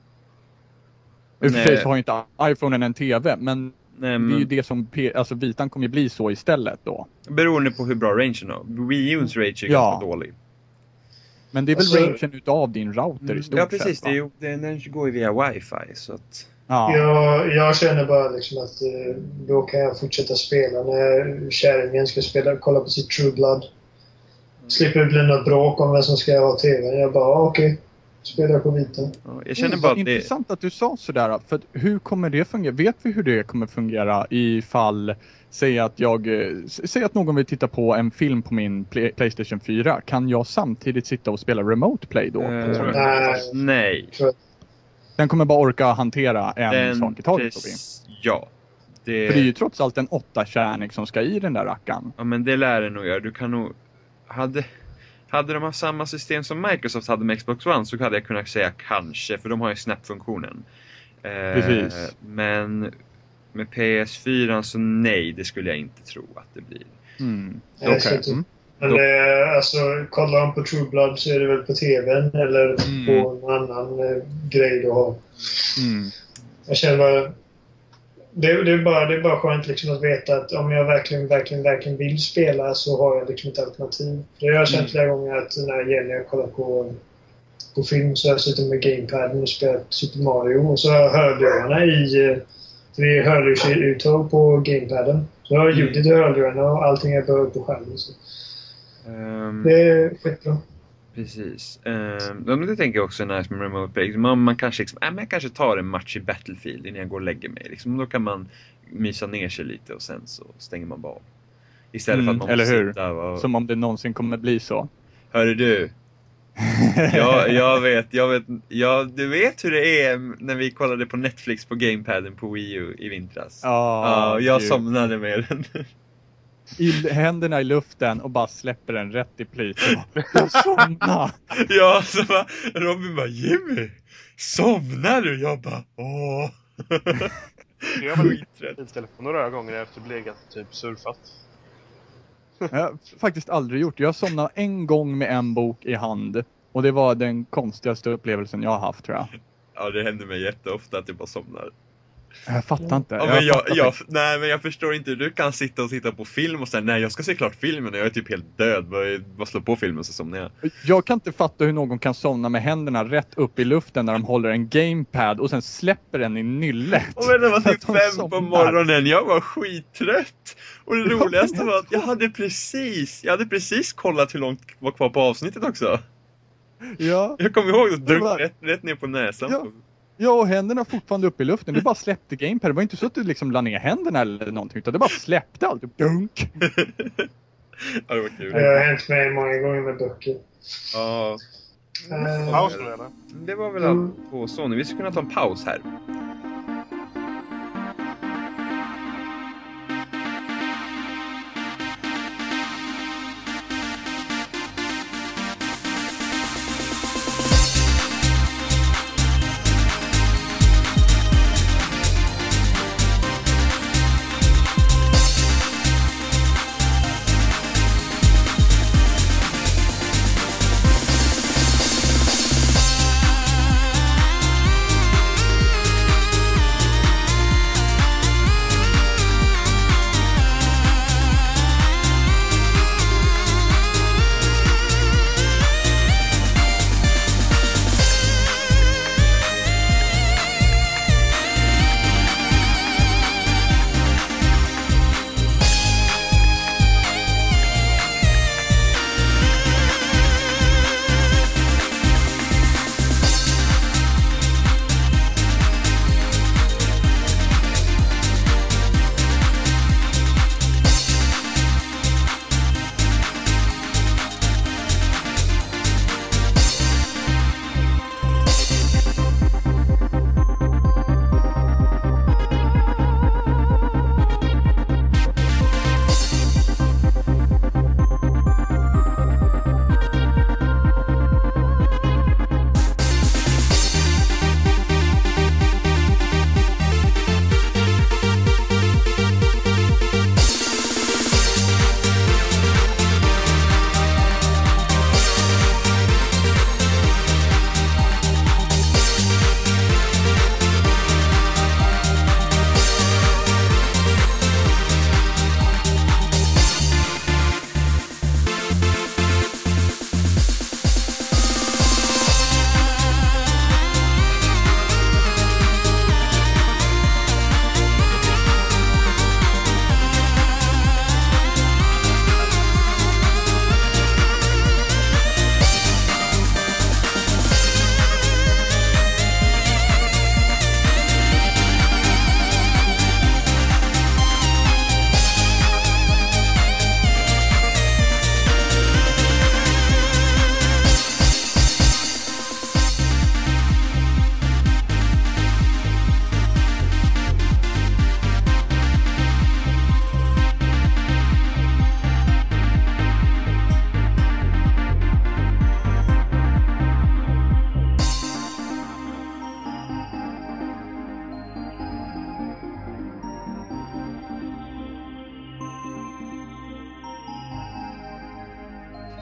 I och för sig så har ju inte iPhonen en tv, men nej, men... det är ju det som, alltså vitan kommer ju bli så istället då. Beroende på hur bra rangen är. Wii U's range är ja. ganska dålig. Men det är väl alltså... rangen utav din router mm, i stort ja, precis, sett, det, det, den går ju via wifi så att... Ja. Jag, jag känner bara liksom att eh, då kan jag fortsätta spela när kärringen ska spela, kolla på sitt True Blood. Slipper det bli något bråk om vem som ska ha tvn. Jag bara, ah, okej. Okay. Spelar på vita. Ja, jag känner mm, bara att det... Intressant att du sa sådär. För att hur kommer det fungera? Vet vi hur det kommer fungera ifall... Säg att jag... Säg att någon vill titta på en film på min play, PlayStation fyra. Kan jag samtidigt sitta och spela Remote Play då? Uh, nej. Nej. Den kommer bara orka hantera en den, sak i taget. Precis, ja. Det... För det är ju trots allt en åtta kärnik som ska i den där rackan. Ja, men det lär det nog göra. Du kan nog... Hade... Hade de haft samma system som Microsoft hade med Xbox One så hade jag kunnat säga kanske, för de har ju Snap-funktionen. Precis. Eh, men med P S fyra så nej, det skulle jag inte tro att det blir. Mm. Okay. Okay. Mm. Men det, alltså, kollar de på True Blood så är det väl på tvn eller mm. på en annan eh, grej du har. Mm. Jag känner bara... Det, det, är bara, det är bara skönt liksom att veta att om jag verkligen, verkligen, verkligen vill spela så har jag liksom ett alternativ. Det har jag känt mm. flera gånger att när Jenny har kollat på, på film så har jag suttit med gamepaden och spelat Super Mario och så har jag hörlurarna i... För det är hörlursuttag på gamepaden. Så jag har ljudet i hörlurarna och allting är börjat på skärmen. Så. Um, det är skitbra. Precis. Um, det tänker jag också är nice med Remote Play. Man, man kanske liksom, äh, men jag kanske tar en match i Battlefield innan jag går och lägger mig. Liksom, då kan man mysa ner sig lite och sen så stänger man bara av. Istället mm, för att man eller måste hur? sitta och... Som om det någonsin kommer bli så. Hörru du. ja, jag vet, jag vet, ja, du vet hur det är när vi kollade på Netflix på gamepaden på Wii U i vintras. Ja, ja jag gud. somnade med den. I händerna i luften och bara släpper den rätt i plit. Jag somnar. Ja, så bara, Robin bara, Jimmy, somnar du? Jag bara, åh. Jag var i telefon några gånger efter legat typ surfat. Jag har faktiskt aldrig gjort. Jag somnade en gång med en bok i hand. Och det var den konstigaste upplevelsen jag har haft, tror jag. Ja, det händer mig jätteofta att jag bara somnar. Jag fattar inte. Ja, men jag, jag, nej, men jag förstår inte. Du kan sitta och titta på film och säga nej, jag ska se klart filmen och jag är typ helt död. Bara, bara slå på filmen så somnar jag. Jag kan inte fatta hur någon kan somna med händerna rätt upp i luften när de håller en gamepad och sen släpper den i nyllet. Och men det var typ fem på morgonen. Jag var skittrött. Och det roligaste var att jag hade precis, jag hade precis kollat hur långt var kvar på avsnittet också. Ja. Jag kommer ihåg att du var rätt, rätt ner på näsan. Ja. Ja, och händerna fortfarande uppe i luften. Du bara släppte gamepad. Det var inte så att du liksom la ner händerna eller någonting. Utan du bara släppte allt. Dunk! Ja, det var kul. Det har hänt mig många gånger med böcker. Ja. Uh, paus nu eller? Det var väl allt på Sony. Vi skulle kunna ta en paus här.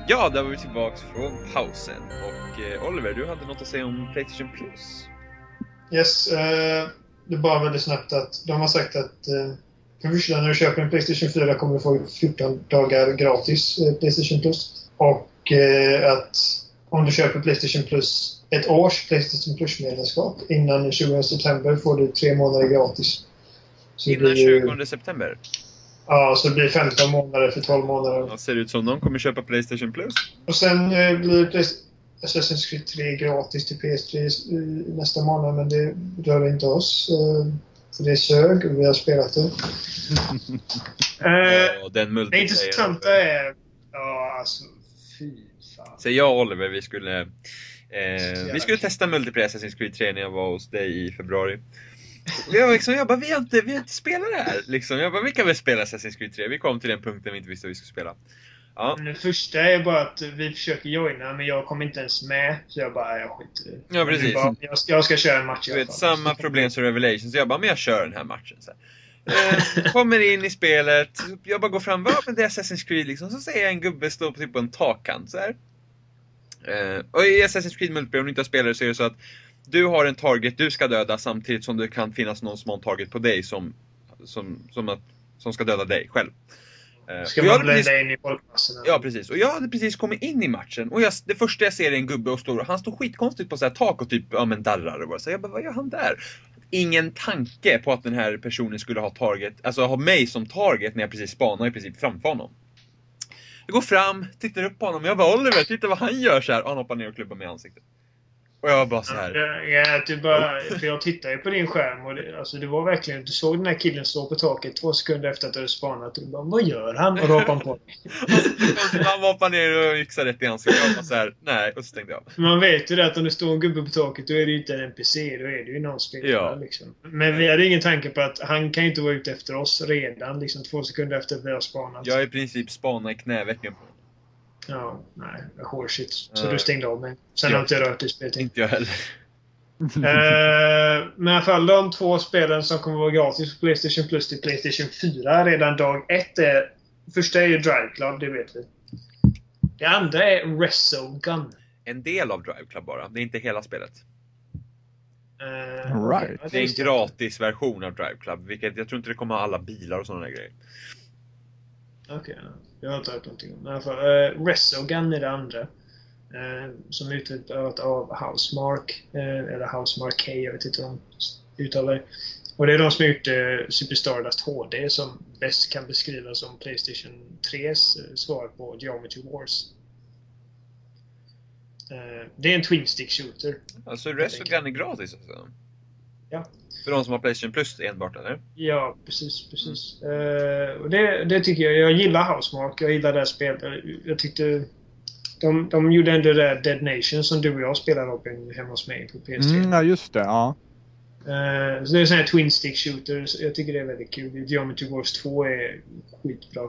Ja, där var vi tillbaks från pausen. Och eh, Oliver, du hade något att säga om PlayStation Plus. Yes, eh, det är bara väldigt snabbt att de har sagt att eh, för första när du köper en PlayStation fyra kommer du få fjorton dagar gratis eh, PlayStation Plus. Och eh, att om du köper PlayStation Plus ett års PlayStation Plus-medlemskap innan tjugonde september får du tre månader gratis. Så innan tjugonde september? Ja, så det blir femton månader för tolv månader. Ja, ser det ut som någon kommer köpa PlayStation Plus? Och sen eh, blir Assassin's Creed tre gratis till P S tre i nästa månad, men det rör inte oss. Eh, för det är sög och vi har spelat det. eh, och den det intressanta är... Ja, alltså... Fy fan. Så jag och Oliver, vi skulle... Eh, vi skulle testa multiplayer Assassin's Creed tre när jag var hos dig i februari. Och jag, liksom, jag bara, vi har inte, vi har inte spelat det här. Liksom. Jag bara, vi kan väl spela Assassin's Creed tre. Vi kom till den punkten vi inte visste att vi skulle spela. Ja. Det första är bara att vi försöker joina, men jag kommer inte ens med. Så jag bara, jag skiter i det. Ja, precis. Bara, jag, ska, jag ska köra en match i alla fall. Samma problem som Revelations. Så jag bara, men jag kör den här matchen. Så här. Eh, kommer in i spelet. Jag bara går fram, vad men det är Assassin's Creed liksom. Så ser jag en gubbe stå på, typ på en takkant så här. Eh, och i Assassin's Creed multiplayer, om du inte har spelat så är det så att du har en target du ska döda samtidigt som det kan finnas någon som har en target på dig som, som, som, att, som ska döda dig själv. Ska man blända in i folkmassorna? Ja, precis. Och jag hade precis kommit in i matchen. Och jag, det första jag ser är en gubbe och står, han står skitkonstigt på så här tak och typ, ja men darrar och bara. Så jag bara, vad gör han där? Ingen tanke på att den här personen skulle ha target, alltså ha mig som target när jag precis spanar i princip framför honom. Jag går fram, tittar upp på honom och jag bara, Oliver, titta vad han gör så här. Och han hoppar ner och klubbar mig i ansiktet. Och jag var bara så här. Ja, du bara, för jag tittade ju på din skärm och det, alltså det var verkligen, du såg den här killen stå på taket två sekunder efter att du hade spanat och du bara, vad gör han? Och då hoppade han på dig. Han hoppade ner och yxade rätt i ansiktet. Jag var så här, nej, och så tänkte jag. Man vet ju det att om det står en gubbe på taket då är det ju inte en N P C, då är det ju någon spelare ja. Liksom. Men vi hade ingen tanke på att han kan ju inte vara ute efter oss redan, liksom två sekunder efter att vi har spanat. Jag är i princip spanat i knävecken på. Ja, nej, horseshit. Så uh, du stängde av mig. Sen ja. har inte jag rört i spelet. Inte jag heller. uh, men i alla fall de två spelen som kommer vara gratis på PlayStation Plus till PlayStation fyra redan dag ett är... Första är ju Drive Club, det vet vi. Det andra är Resogun. En del av Drive Club bara, det är inte hela spelet. Uh, right. Det är en gratis version av Drive Club, vilket jag tror inte det kommer ha alla bilar och sådana grejer. Okej, okay, jag har inte hört någonting om. I alla fall, uh, Resogun är det andra. Uh, som är utövat av Housemark. Uh, eller Housemark K, jag vet inte vad de uttalar det. Och det är de som har gjort uh, Super Stardust H D som bäst kan beskrivas som PlayStation tres uh, svar på Geometry Wars. Uh, det är en twin stick shooter. Alltså Resogun är gratis alltså? Ja. För de som har PlayStation Plus enbart, eller? Ja, precis, precis. Mm. Uh, och det, det tycker jag. Jag gillar Housemark. Jag gillar det här spelet. Jag tyckte... De, de gjorde ändå det där Dead Nation som du och jag spelade upp hemma hos mig på P S tre. Mm, ja, just det. Ja. Uh, så det är sån här twin stick shooter. Jag tycker det är väldigt kul. Geometry Wars två är skitbra.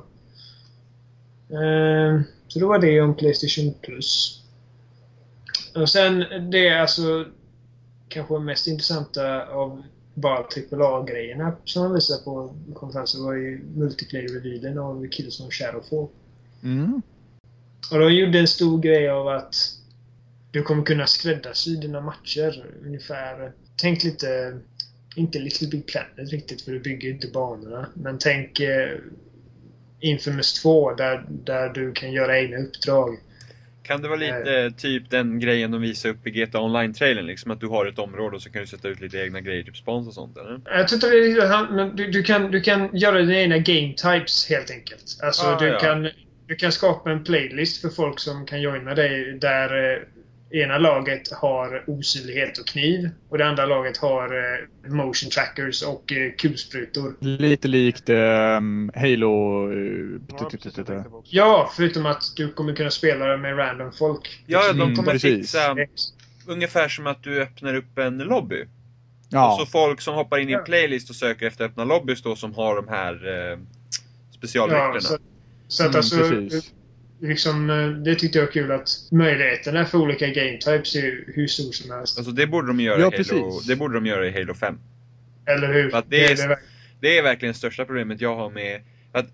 Uh, så då var det om PlayStation Plus. Och sen det är alltså... kanske mest intressanta av bara trippel A-grejerna som man visade på konferensen var ju multiplayer-revealen av Killzone Shadowfall. Mm. Och de gjorde en stor grej av att du kommer kunna skräddarsy dina matcher ungefär. Tänk lite, inte Little Big Planet riktigt för du bygger inte banorna, men tänk eh, Infamous två där, där du kan göra egna uppdrag. Kan det vara lite eh. typ den grejen de visar upp i G T A Online-trailern? Liksom att du har ett område och så kan du sätta ut lite egna grejer, typ spons och sånt, eller? Jag tror inte det är men du, du, kan, du kan göra dina egna game types helt enkelt. Alltså ah, du, ja. kan, du kan skapa en playlist för folk som kan joina dig där eh, ena laget har osynlighet och kniv och det andra laget har eh, motion trackers och eh, kulsprutor. Lite likt eh, Halo. Eh, ja, förutom att du kommer kunna spela med random folk. Ja, de kommer mm, fixa ungefär som att du öppnar upp en lobby. Ja. Och så folk som hoppar in i en playlist och söker efter öppna lobbys då som har de här eh, specialreglerna. Ja, så, så att alltså... Mm, liksom, det tyckte jag var kul att möjligheterna för olika game types är hur stor som helst. Alltså det borde de göra, ja, i Halo, det borde de göra i Halo fem. Eller hur? För att det, är, det, är, det är verkligen det största problemet jag har med att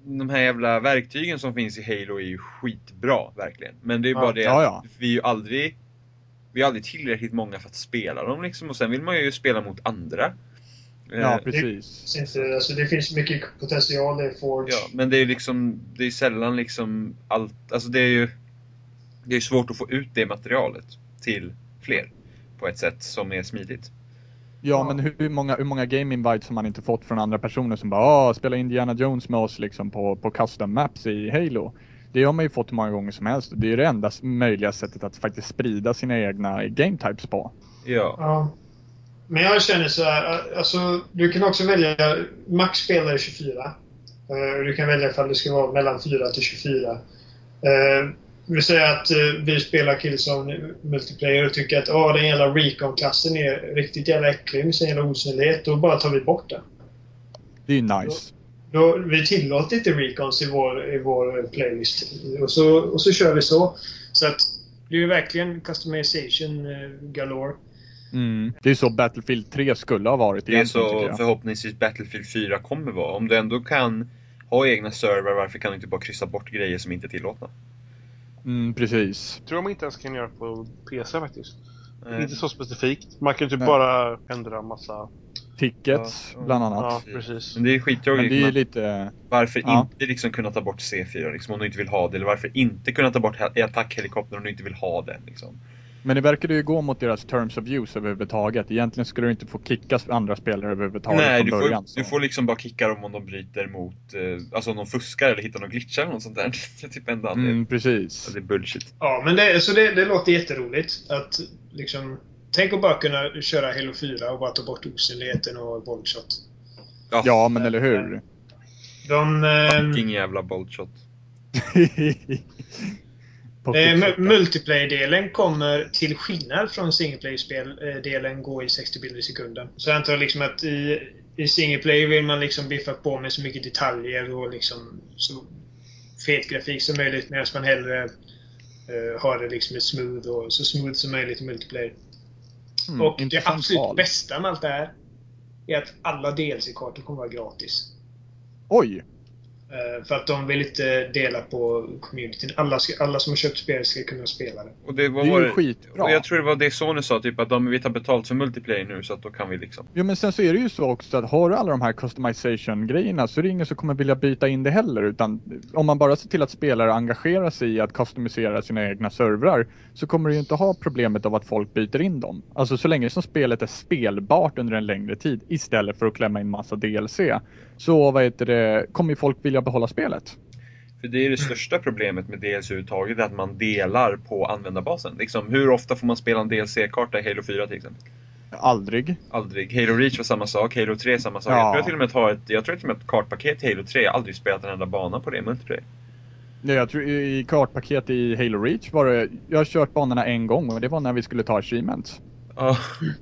de här jävla verktygen som finns i Halo är ju skitbra, verkligen. Men det är ju Ja, bara det ja, att ja. vi är ju aldrig vi är aldrig tillräckligt många för att spela dem liksom. Och sen vill man ju spela mot andra. Ja, Eh, precis. Inte, alltså det finns mycket potential i Forge. Ja, men det är ju liksom, det är sällan liksom allt, alltså det är ju det är svårt att få ut det materialet till fler på ett sätt som är smidigt. Ja, men hur många, hur många game invites har man inte fått från andra personer som bara, åh, spela Indiana Jones med oss liksom på, på custom maps i Halo. Det har man ju fått hur många gånger som helst. Det är ju det enda möjliga sättet att faktiskt sprida sina egna game types på. Ja. Ja. Men jag känner så här, alltså du kan också välja, max spelare tjugofyra. Uh, du kan välja ifall det ska vara mellan fyra till tjugofyra. Uh, vi säger att uh, vi spelar Killzone multiplayer och tycker att oh, den jävla recon-klassen är riktigt jävla äcklig med sin jävla osynlighet. Då bara tar vi bort den. Det är ju nice. Då, då, vi tillåter inte recons i vår, i vår playlist. Och så, och så kör vi så. Så att det är ju verkligen customization uh, galore. Mm. Det är så Battlefield tre skulle ha varit. Det är så förhoppningsvis Battlefield fyra kommer vara. Om du ändå kan ha egna server, varför kan du inte bara kryssa bort grejer som inte är tillåtna? Mm, precis. Tror de inte ens kan göra på P C faktiskt. Nej. Inte så specifikt. Man kan ju typ Nej. bara ändra massa... Tickets, Ja, ja. bland annat. Ja, precis. Men det är skittråkigt. Men det är man- lite... Varför Ja. inte liksom kunna ta bort C fyra liksom, om du inte vill ha det? Eller varför inte kunna ta bort he- attackhelikoptern om du inte vill ha det? Liksom? Men det verkar ju gå mot deras terms of use överhuvudtaget. Egentligen skulle du inte få kicka andra spelare överhuvudtaget Nej, från du början. får, så. du får liksom bara kicka dem om de bryter mot, eh, alltså om de fuskar eller hittar någon glitchar eller något sånt där. Det är typ enda anledningen. Mm, precis. Det är bullshit. Ja, men det, så det, det låter jätteroligt att liksom... Tänk att bara kunna köra Halo fyra och bara ta bort osynligheten och bollshot. Ja, men eller hur? De... ehm, Fucking jävla bollshot. Eh, multiplayer-delen kommer till skillnad från singleplayer-delen gå i sextio bilder i sekunden. Så jag antar liksom att i, i singleplayer vill man liksom biffa på med så mycket detaljer och liksom så fet grafik som möjligt, medan man hellre eh, har det liksom smooth och så smooth som möjligt i multiplayer. Mm, och det intressant absolut val. bästa med allt det här är att alla D L C-kartor kommer vara gratis. Oj! Eh, För att de vill inte dela på communityn. Alla, ska, alla som har köpt spel ska kunna spela det. Och det var, Det är var ju skitbra. Och jag tror det var det Sony sa, typ att de vill ta betalt för multiplayer nu, så att då kan vi liksom. Jo, men sen så är det ju så också att har du alla de här customization-grejerna så är det ingen som kommer vilja byta in det heller. Utan om man bara ser till att spelare engagerar sig i att customisera sina egna servrar så kommer du ju inte ha problemet av att folk byter in dem. Alltså så länge som spelet är spelbart under en längre tid istället för att klämma in massa D L C, så vad heter det, kommer ju folk vilja behålla spelet. För det är det största problemet med D L C överhuvudtaget, att man delar på användarbasen. Liksom, hur ofta får man spela en D L C-karta i Halo fyra till exempel? Aldrig. Aldrig. Halo Reach var samma sak, Halo tre samma sak. Ja. Jag tror jag till och med har ett, jag tror till och med ett kartpaket i Halo tre. Jag har aldrig spelat en enda bana på det multiplayer. Ja, jag tror i kartpaket i Halo Reach var det, jag har kört banorna en gång och det var när vi skulle ta achievements. Ja.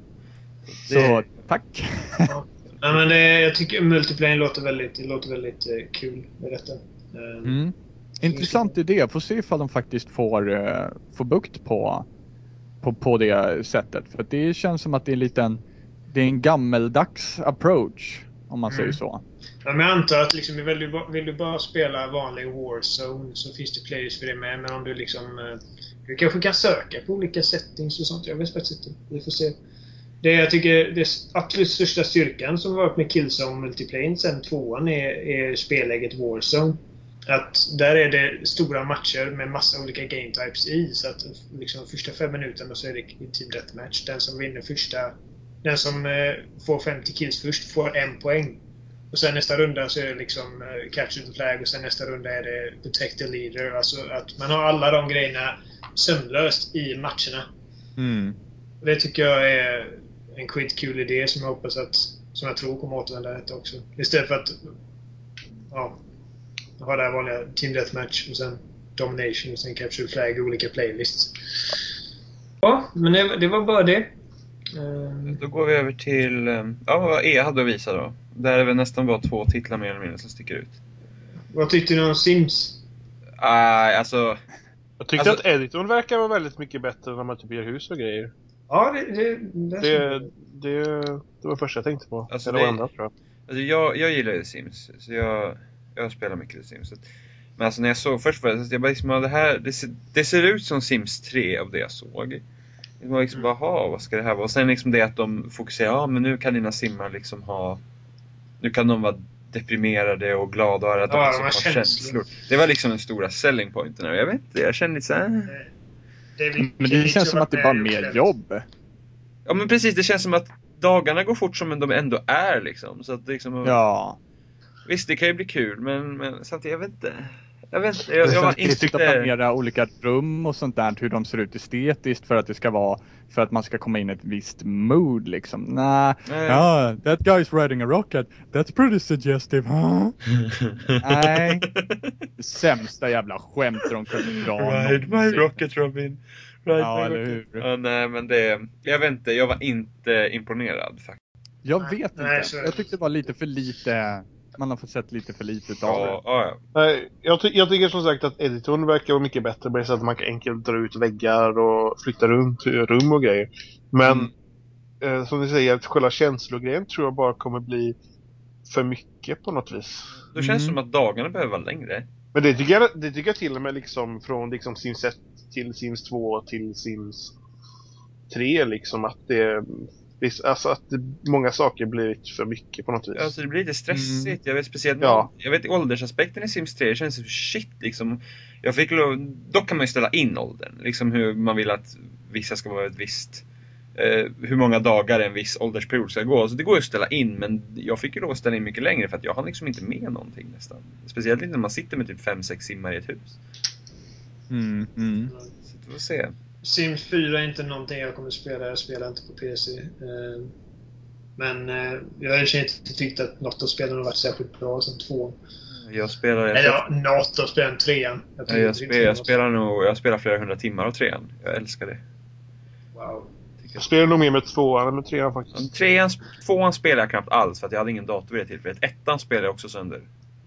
Så Det- tack. Ja. Ja, men det, jag tycker multiplayer låter väldigt, det låter väldigt eh, kul med detta. Eh, Mm. Intressant idé. Får se ifall de faktiskt får, uh, får bukt på, på, på det sättet. För att det känns som att det är en liten, det är en gammeldags approach, om man Mm. säger så. Ja, men jag antar att liksom, vill, du, ba- vill du bara spela vanlig Warzone så finns det players för det med. Men om du liksom... eh, Du kanske kan söka på olika settings och sånt. Jag vet faktiskt inte. Vi får se. Det jag tycker det absolut största styrkan som varit med Killzone multiplayer sen tvåan är, är spelläget Warzone. Att där är det stora matcher med massa olika game types i. Så att liksom första fem minuterna så är det team deathmatch. Den som vinner första... Den som eh, får femtio kills först får en poäng. Och sen nästa runda så är det liksom uh, catch the flag och sen nästa runda är det protect the leader. Alltså att man har alla de grejerna sömlöst i matcherna. Mm. Och det tycker jag är en skitkul idé som jag hoppas att, som jag tror kommer återvända detta också. Istället för att ja, ha det här vanliga team deathmatch och sen domination och sen capture the flag och olika playlists. Ja, men det, det var bara det. Um, Då går vi över till, um, ja, vad E hade att visa då. Där är väl nästan bara två titlar mer eller mindre som sticker ut. vad tyckte ni om Sims? Nej, alltså... Jag tyckte Alltså- att editorn verkar vara väldigt mycket bättre när man typ gör hus och grejer. Ja, det... Det, det, Det, det, det var första jag tänkte på. Alltså, Eller det- det andra, tror jag. Alltså jag, jag gillar ju Sims, så jag, jag spelar mycket The Sims. Men alltså när jag såg först var det, jag bara liksom, det här, det ser, det ser ut som Sims tre av det jag såg. Det var liksom bara, ha, vad ska det här vara? Och sen liksom det att de fokuserar, ja men nu kan dina simmar liksom ha, nu kan de vara deprimerade och glada och att de ja, liksom har känslor. känslor. Det var liksom den stora selling pointen. Jag vet inte, jag kände lite så här. Det är men det känns som att det är bara mer jobb. Ja men precis, det känns som att dagarna går fort som de ändå är liksom. Så att liksom, ja. Visst, det kan ju bli kul, men, men samtidigt, jag vet inte. Jag vet inte, jag, jag var inte... Sitta och planera olika rum och sånt där, hur de ser ut estetiskt för att det ska vara, för att man ska komma in i ett visst mood liksom. Nah, Nej. Ah, that guy's riding a rocket. That's pretty suggestive, huh? Nej. Det sämsta jävla skämt de kunde dra. Ride my rocket, Robin. Ride ja, my eller rocket. hur? Ja, nej, men det... Jag vet inte, jag var inte imponerad faktiskt. Jag vet inte. Nej, så... Jag tyckte det var lite för lite... Man har fått sett lite för lite av ja, det. Ja, ja. Jag, ty- jag tycker som sagt att editorn verkar vara mycket bättre på det sättet att man kan enkelt dra ut väggar och flytta runt rum och grejer. Men mm. eh, som ni säger, att själva känslogrejen tror jag bara kommer bli för mycket på något vis. Det känns mm. som att dagarna behöver vara längre. Men det tycker jag, det tycker jag till och med liksom från liksom Sims ett till Sims två till Sims tre liksom att det... Alltså att det, många saker blir för mycket på något vis. Alltså det blir lite stressigt. Mm. Jag vet speciellt ja. Jag vet åldersaspekten i Sims tre känns som shit liksom. Jag fick lov, då kan man ju ställa in åldern. Liksom hur man vill att vissa ska vara ett visst eh, hur många dagar en viss åldersperiod ska gå. Så det går ju att ställa in, men jag fick ju lov att ställa in mycket längre för att jag har liksom inte med någonting nästan. Speciellt inte när man sitter med typ fem sex simmar i ett hus. Mm. Mm. Så vi får se. Sims fyra är inte någonting jag kommer spela. Jag spelar inte på P C. Men jag har inte tyckt att något av spelen har varit särskilt bra som två. Jag spelar... Eller ja, något av spelen, trean. Jag, jag, jag, spelar, jag spelar nog... Jag spelar flera hundra timmar av trean. Jag älskar det. Wow. Jag spelar nog mer med tvåan än med trean faktiskt. Trean, tvåan spelar jag knappt alls för att jag hade ingen dator vid det tillfället. Ettan spelar jag också sönder.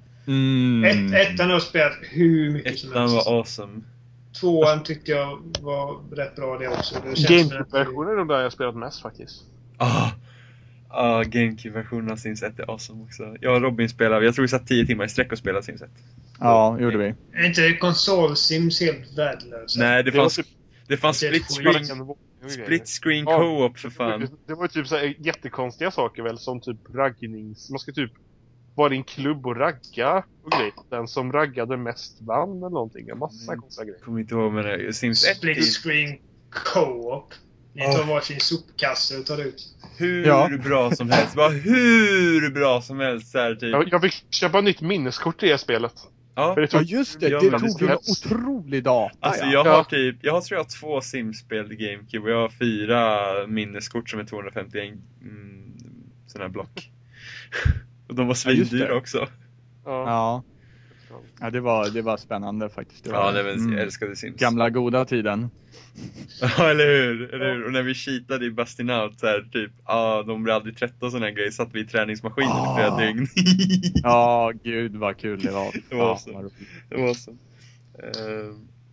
Mm. Ett, ettan har spelat hur mycket ettan som helst. Ettan var awesome. Tvåan tyckte jag var rätt bra det också. GameCube-versionen är de där jag spelat mest faktiskt. Ah, ah GameCube-versionen av Sims ett är awesome också. Jag och Robin spelade, jag tror vi satt tio timmar i sträck och spelade Sims ett. Ja, gjorde vi. Är inte konsol-Sims helt värdelösa? Nej, det fanns, det fanns det split screen, split screen co-op för fan. Det, det var ju typ så här jättekonstiga saker väl, som typ raggnings... Man ska typ vara i en klubb och ragga och grejer. Den som raggade mest vann eller någonting. En massa mm. konstiga grejer. Kommer inte ihåg, men Sims ett... Split screen co-op. Ni tar oh. varsin sopkasse och tar ut. Hur ja. bra som helst. Bara hur bra som helst. Så här, typ. jag, jag fick köpa nytt minneskort i det spelet. Ja, det tog, ja just det. Det tog ju en otrolig data. Alltså ja. jag har typ, jag har tror jag två Sims-spel i GameCube. Och jag har fyra minneskort som är tvåhundrafemtioen mm, sådana här block. Och de var svindyra ja, också. Ja. ja. Ja, det var, det var spännande faktiskt. Det var, ja, det var, mm, jag älskade Sims. Gamla goda tiden. Ja, eller hur? Eller hur? Och när vi cheatade i Busting Out så här, typ, ja, ah, de blev aldrig trötta och såna här grejer. Satt vi i träningsmaskinen i flera ah. dygn. Ja, gud vad kul det var. Det var så. Det var så. Uh,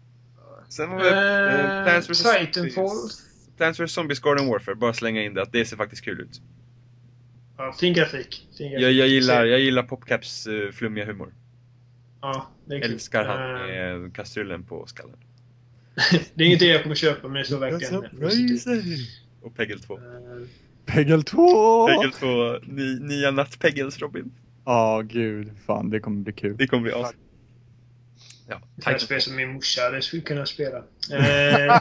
sen var det uh, Plants vs. Titanfall. Plants vs. Zombies Garden Warfare. Bara slänga in det, att det ser faktiskt kul ut. Ja, fin grafik. Fin grafik. Jag, jag gillar, jag gillar PopCaps uh, flummiga humor. Ja, det är kul. Älskar han uh, med kastrullen på skallen. Det är inget jag kommer köpa, men det så verkligen. Och Peggle två. Uh, Peggle två! Peggle två. Ny, nya nattpeggels, Robin. Ja, oh, gud. Fan, det kommer bli kul. Det kommer bli awesome. Ja, det här spel som min morsa det skulle kunna spela. Uh,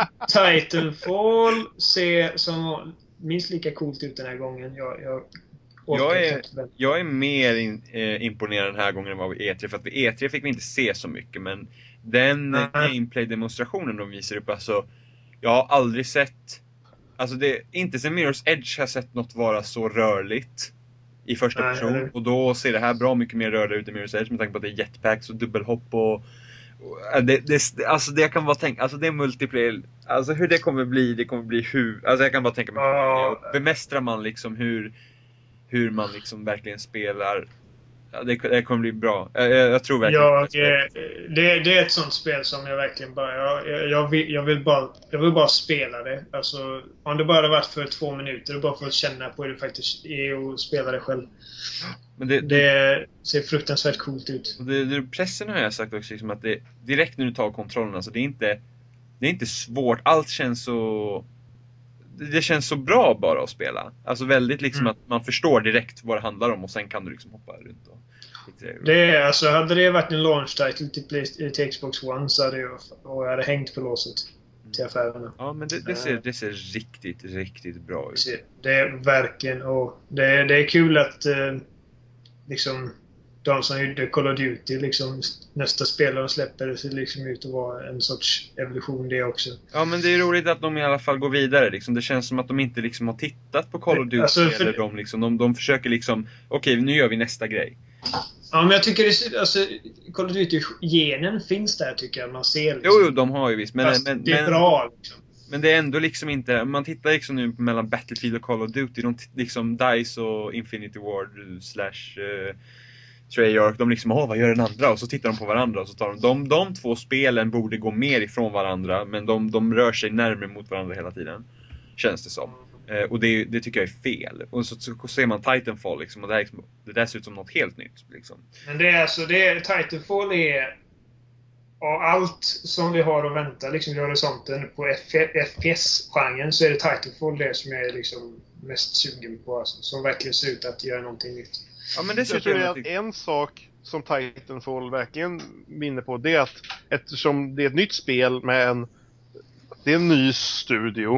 Titanfall ser som minst lika coolt ut den här gången. Jag, jag, jag, är, jag är mer in, eh, imponerad den här gången än vad vi E tre. För att vid E tre fick vi inte se så mycket. Men den uh-huh. gameplay-demonstrationen de visar upp, alltså, jag har aldrig sett, alltså det, inte sen Mirror's Edge har sett något vara så rörligt i första uh-huh. person. Och då ser det här bra mycket mer rörligt ut i Mirror's Edge med tanke på att det är jetpacks och dubbelhopp och, och det, det, alltså det jag kan bara tänka, alltså det är multiplayer, alltså hur det kommer bli, det kommer bli hur, alltså jag kan bara tänka mig, uh-huh. bemästrar man liksom hur hur man liksom verkligen spelar Ja, det, det kommer bli bra. Jag, jag, jag tror verkligen jag, det, det, det är ett sånt spel som jag verkligen bara... Jag, jag, vill, jag, vill bara jag vill bara spela det. Alltså, om det bara hade varit för två minuter och bara för att känna på hur det faktiskt är och spela det själv. Men det, det ser fruktansvärt coolt ut. Och det, det, pressen har jag sagt också liksom att det, direkt när du tar kontrollen, alltså det är inte det är inte svårt. Allt känns så det känns så bra bara att spela. Alltså väldigt liksom mm. att man förstår direkt vad det handlar om och sen kan du liksom hoppa runt och det är alltså hade det varit en launch title till, Play, till Xbox One så hade jag och jag hade hängt på låset till affärerna. Ja, men det, det ser det ser riktigt riktigt bra ut. Det är verkligen och det det är kul att eh, liksom de som gjorde Call of Duty liksom nästa spel de släpper det ser liksom ut att vara en sorts evolution det också. Ja, men det är roligt att de i alla fall går vidare liksom. Det känns som att de inte liksom har tittat på Call of Duty alltså, för... eller de liksom de, de försöker liksom okej, okay, nu gör vi nästa grej. Ja, men jag tycker det, alltså Call of Duty-genen finns där tycker jag man ser liksom. Jo, jo, de har ju visst men, men det är men, bra liksom. Men det är ändå liksom inte, man tittar liksom nu mellan Battlefield och Call of Duty, de liksom DICE och Infinity Ward slash uh, Treyarch, de liksom, åh vad gör den andra? Och så tittar de på varandra och så tar de, de, de två spelen borde gå mer ifrån varandra, men de, de rör sig närmare mot varandra hela tiden, känns det som. Eh, och det, det tycker jag är fel. Och så, så ser man Titanfall liksom, och det, här, det där ser ut som något helt nytt liksom. Men det är alltså, det är, Titanfall är av allt som vi har att vänta liksom i horisonten på F P S-genren så är det Titanfall det som jag är liksom mest sugen på alltså, som verkligen ser ut att göra någonting nytt. Ja, men det jag tror jag att en sak som Titanfall verkligen vinner på det är att eftersom det är ett nytt spel med en det är en ny studio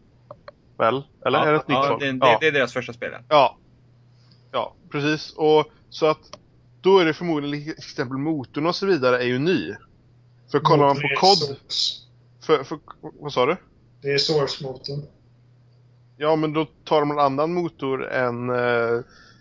väl? Eller ja, är det ett ja, nytt det, det, ja, det är deras första spel. Ja. Ja, precis. Och så att då är det förmodligen till exempel motorn och så vidare är ju ny. För kollar man på kod för, för, vad sa du? Det är Source-motorn. Ja, men då tar de en annan motor än äh,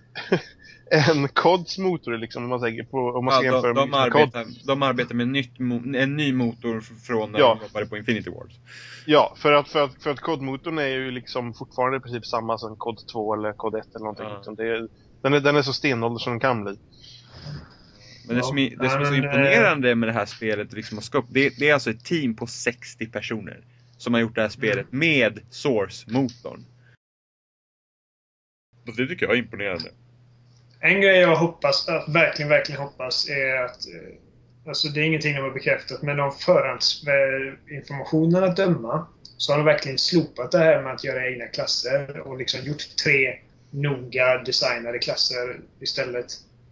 en Kods motor liksom om man tänker på om man ska ja, jämföra de, de, med arbetar, de arbetar med nytt, en ny motor från när ja. de jobbade på Infinity Ward. Ja, för att, för att, för att kodmotorn är ju liksom fortfarande i princip samma som kod två eller kod ett eller någonting. Ja. Liksom. Det är, den, är, den är så stenålder som den kan bli. Men det som är, det som är så imponerande med det här spelet liksom, det, det är alltså ett team på sextio personer som har gjort det här spelet med Source-motorn. Och det tycker jag är imponerande. En grej jag hoppas, att verkligen, verkligen hoppas är att alltså det är ingenting de har bekräftat, men de förhandsinformationen att döma så har de verkligen slopat det här med att göra egna klasser och liksom gjort tre noga designade klasser istället.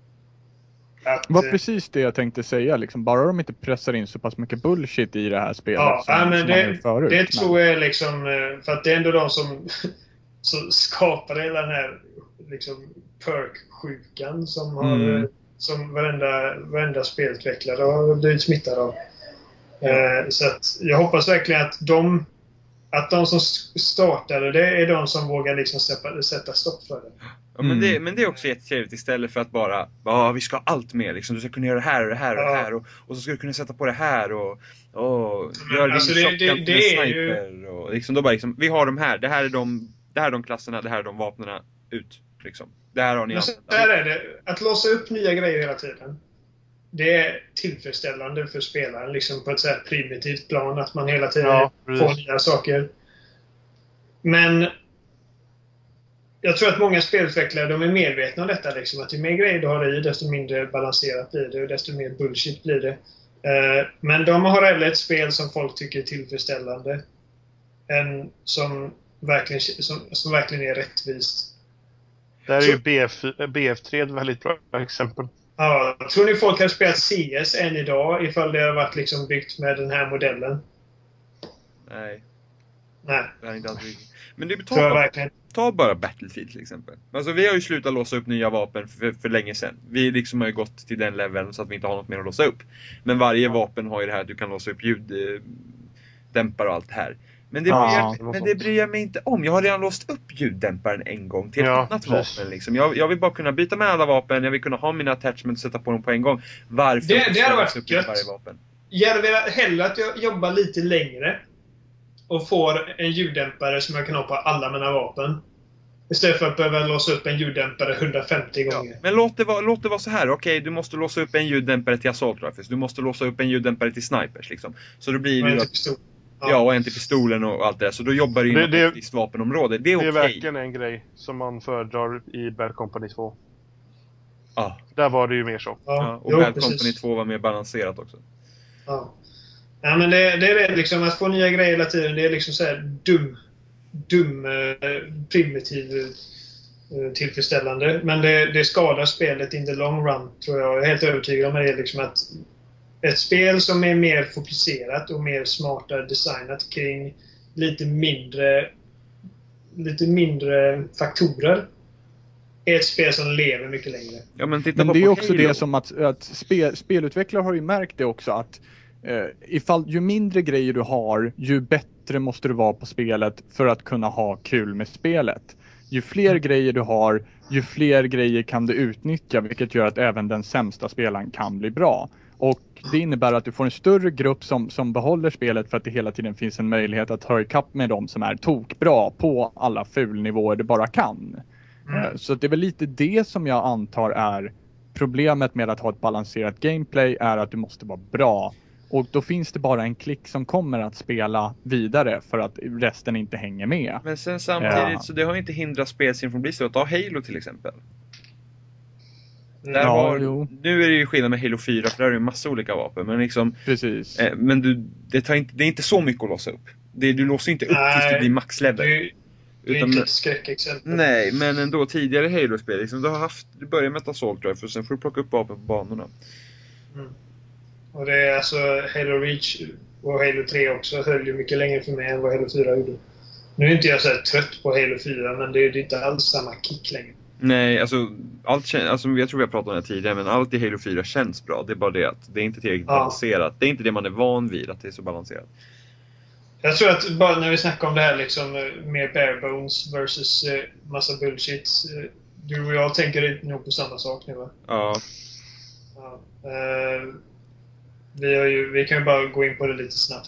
Att, var precis det jag tänkte säga liksom, bara de inte pressar in så pass mycket bullshit i det här spelet ja, som, ja, men som det, förut, det men... tror jag liksom, för att det är ändå de som, som skapade hela den här liksom perk-sjukan som har mm. som varenda, varenda spelutvecklare har blivit smittade av. Eh, så att jag hoppas verkligen att de att de som startade det är de som vågar liksom sätta, sätta stopp för det. Ja, men, det, men det är också jättetrevligt istället för att bara ja, vi ska ha allt med liksom. Du ska kunna göra det här och det här och det här och, och så ska du kunna sätta på det här och, och gör din alltså det, det, det är sniper ju... och liksom, då bara liksom, vi har de här, det här är de det här är de klasserna, det här är de vapnena ut liksom. Det här har ni. Men så där är det, att låsa upp nya grejer hela tiden. Det är tillfredsställande för spelaren liksom på ett så här primitivt plan att man hela tiden ja, får nya saker. Men jag tror att många spelutvecklare de är medvetna om detta liksom, att ju mer grejer du har i desto mindre balanserat blir det och desto mer bullshit blir det. Men de har heller ett spel som folk tycker är tillfredsställande en som verkligen, som, som verkligen är rättvist. Där är så, ju B F, B F tre ett väldigt bra exempel. Ja, tror ni folk har spelat C S än idag ifall det har varit liksom byggt med den här modellen? Nej. Nej. Det är inte alltid. Men det ta, bara, ta bara Battlefield till exempel. Alltså vi har ju slutat låsa upp nya vapen för, för länge sedan. Vi liksom har ju gått till den leveln så att vi inte har något mer att låsa upp. Men varje vapen har ju det här att du kan låsa upp ljuddämpare och allt det här. Men det, ja, bryr, men det bryr jag mig inte om. Jag har redan låst upp ljuddämparen en gång till ett ja, annat precis. vapen. Liksom. Jag, jag vill bara kunna byta med alla vapen. Jag vill kunna ha mina attachments och sätta på dem på en gång. Varför det, det hade varit upp gött. varje vapen? Jag hade velat hellre att jag jobbar lite längre och får en ljuddämpare som jag kan ha på alla mina vapen. Istället för att behöva låsa upp en ljuddämpare hundrafemtio gånger. Ja, men låt det, vara, låt det vara så här. Okej, du måste låsa upp en ljuddämpare till Assault Rifles. Du måste låsa upp en ljuddämpare till Snipers liksom. Så då blir det ju att, ja. ja, och en till pistolen och allt det där. Så då jobbar du inom det, ett visst vapenområde. Det är okej. Det är verkligen en grej som man föredrar i Bad Company två. Ja. Där var det ju mer så. Ja, ja, och jo, Bad precis. Company två var mer balanserat också. Ja. Ja, men det, det är liksom att få nya grejer hela tiden. Det är liksom så här dum, dum, primitiv tillfredsställande. Men det, det skadar spelet in the long run, tror jag. Jag är helt övertygad om det. Liksom att ett spel som är mer fokuserat och mer smartare designat kring lite mindre, lite mindre faktorer är ett spel som lever mycket längre. Ja, men titta men det är också Halo. Det som att, att spel, spelutvecklare har ju märkt det också att eh, ifall ju mindre grejer du har, ju bättre måste du vara på spelet för att kunna ha kul med spelet. Ju fler mm. grejer du har, ju fler grejer kan du utnyttja, vilket gör att även den sämsta spelaren kan bli bra. Och det innebär att du får en större grupp som, som behåller spelet för att det hela tiden finns en möjlighet att höja kapp med dem som är tokbra på alla fulnivåer du bara kan. Mm. Så det är väl lite det som jag antar är problemet med att ha ett balanserat gameplay, är att du måste vara bra. Och då finns det bara en klick som kommer att spela vidare för att resten inte hänger med. Men sen samtidigt ja. så det har inte hindrat spelserien från att bli så. Ta Halo till exempel. Där ja, var, nu är det ju skillnad med Halo fyra, för där är det en massa olika vapen. Men, liksom, Precis. Eh, men du, det, tar inte, det är inte så mycket att låsa upp. Det, du låser inte upp nej, tills det blir maxlevel. Det, det är inte ett skräckexempel. Nej, men ändå tidigare Halo-spel. Liksom, du, har haft, du börjar med ett Assault Rifle och sen får du plocka upp vapen på banorna. Mm. Och det är alltså Halo Reach och Halo tre också höll ju mycket längre för mig än vad Halo fyra gjorde. Nu är inte jag så här trött på Halo fyra, men det är inte alls samma kick längre. Nej, alltså, allt, alltså jag tror vi har pratat om det tidigare, men allt i Halo fyra känns bra. Det är bara det att det är inte tillräckligt ja. balanserat. Det är inte det man är van vid, att det är så balanserat. Jag tror att bara när vi snackar om det här liksom mer bare bones versus eh, massa bullshit. Eh, du och jag tänker nog på samma sak nu, va? Ja. ja eh, vi, har ju, vi kan ju bara gå in på det lite snabbt.